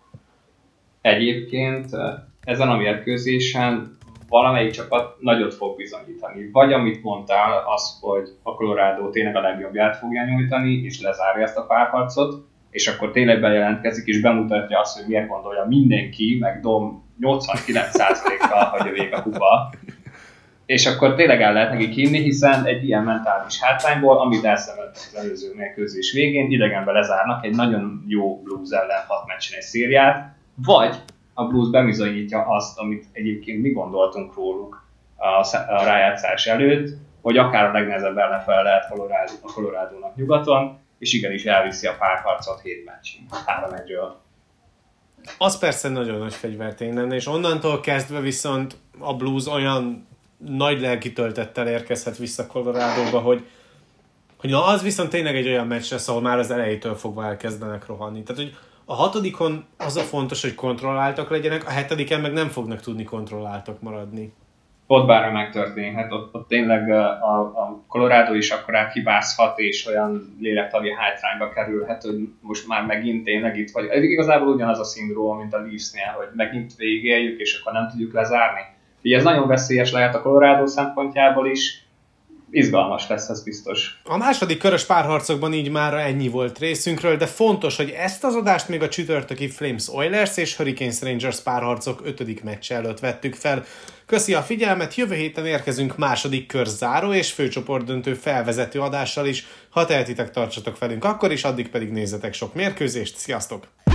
Egyébként ezen a mérkőzésen valamelyik csapat nagyot fog bizonyítani. Vagy amit mondtál, az, hogy a Colorado tényleg a legjobbját fogja nyújtani, és lezárja ezt a párharcot, és akkor tényleg bejelentkezik, és bemutatja azt, hogy miért gondolja mindenki, meg Dom nyolcvankilenc százalékkal hagyja végig a kupa. És akkor tényleg el lehet nekik hinni, hiszen egy ilyen mentális hátrányból, amit elszenvedtek az előző mérkőzés végén, idegenben lezárnak egy nagyon jó Blues ellen hat meccsen egy szériát, vagy a Blues bebizonyítja azt, amit egyébként mi gondoltunk róluk a, a rájátszás előtt, hogy akár a legnehezebb ellenfele lehet a Colorado-nak nyugaton, és igenis elviszi a párharcot hét meccsig, három egyről. Az persze nagyon nagy fegyvertény lenne, és onnantól kezdve viszont a Blues olyan nagy lelkitöltettel érkezhet vissza Colorado-ba, hogy, hogy na, az viszont tényleg egy olyan meccs lesz, ahol már az elejétől fogva elkezdenek rohanni. Tehát, hogy a hatodikon az a fontos, hogy kontrolláltak legyenek, a hetediken meg nem fognak tudni kontrolláltak maradni. Ott bármi megtörténhet, ott, ott tényleg a, a Colorado is akkor áthibázhat, és olyan lélektani hátrányba kerülhet, hogy most már megint tényleg itt vagy. Ez igazából ugyanaz a szindróma, mint a Leafsnél, hogy megint végéljük, és akkor nem tudjuk lezárni. így ez nagyon veszélyes lehet a Colorado szempontjából is, izgalmas lesz, ez biztos. A második körös párharcokban így már ennyi volt részünkről, de fontos, hogy ezt az adást még a csütörtöki Flames Oilers és Hurricanes Rangers párharcok ötödik meccse előtt vettük fel. Köszi a figyelmet, jövő héten érkezünk második kör záró és főcsoportdöntő felvezető adással is. Ha tehetitek, tartsatok velünk akkor is, addig pedig nézzetek sok mérkőzést, sziasztok!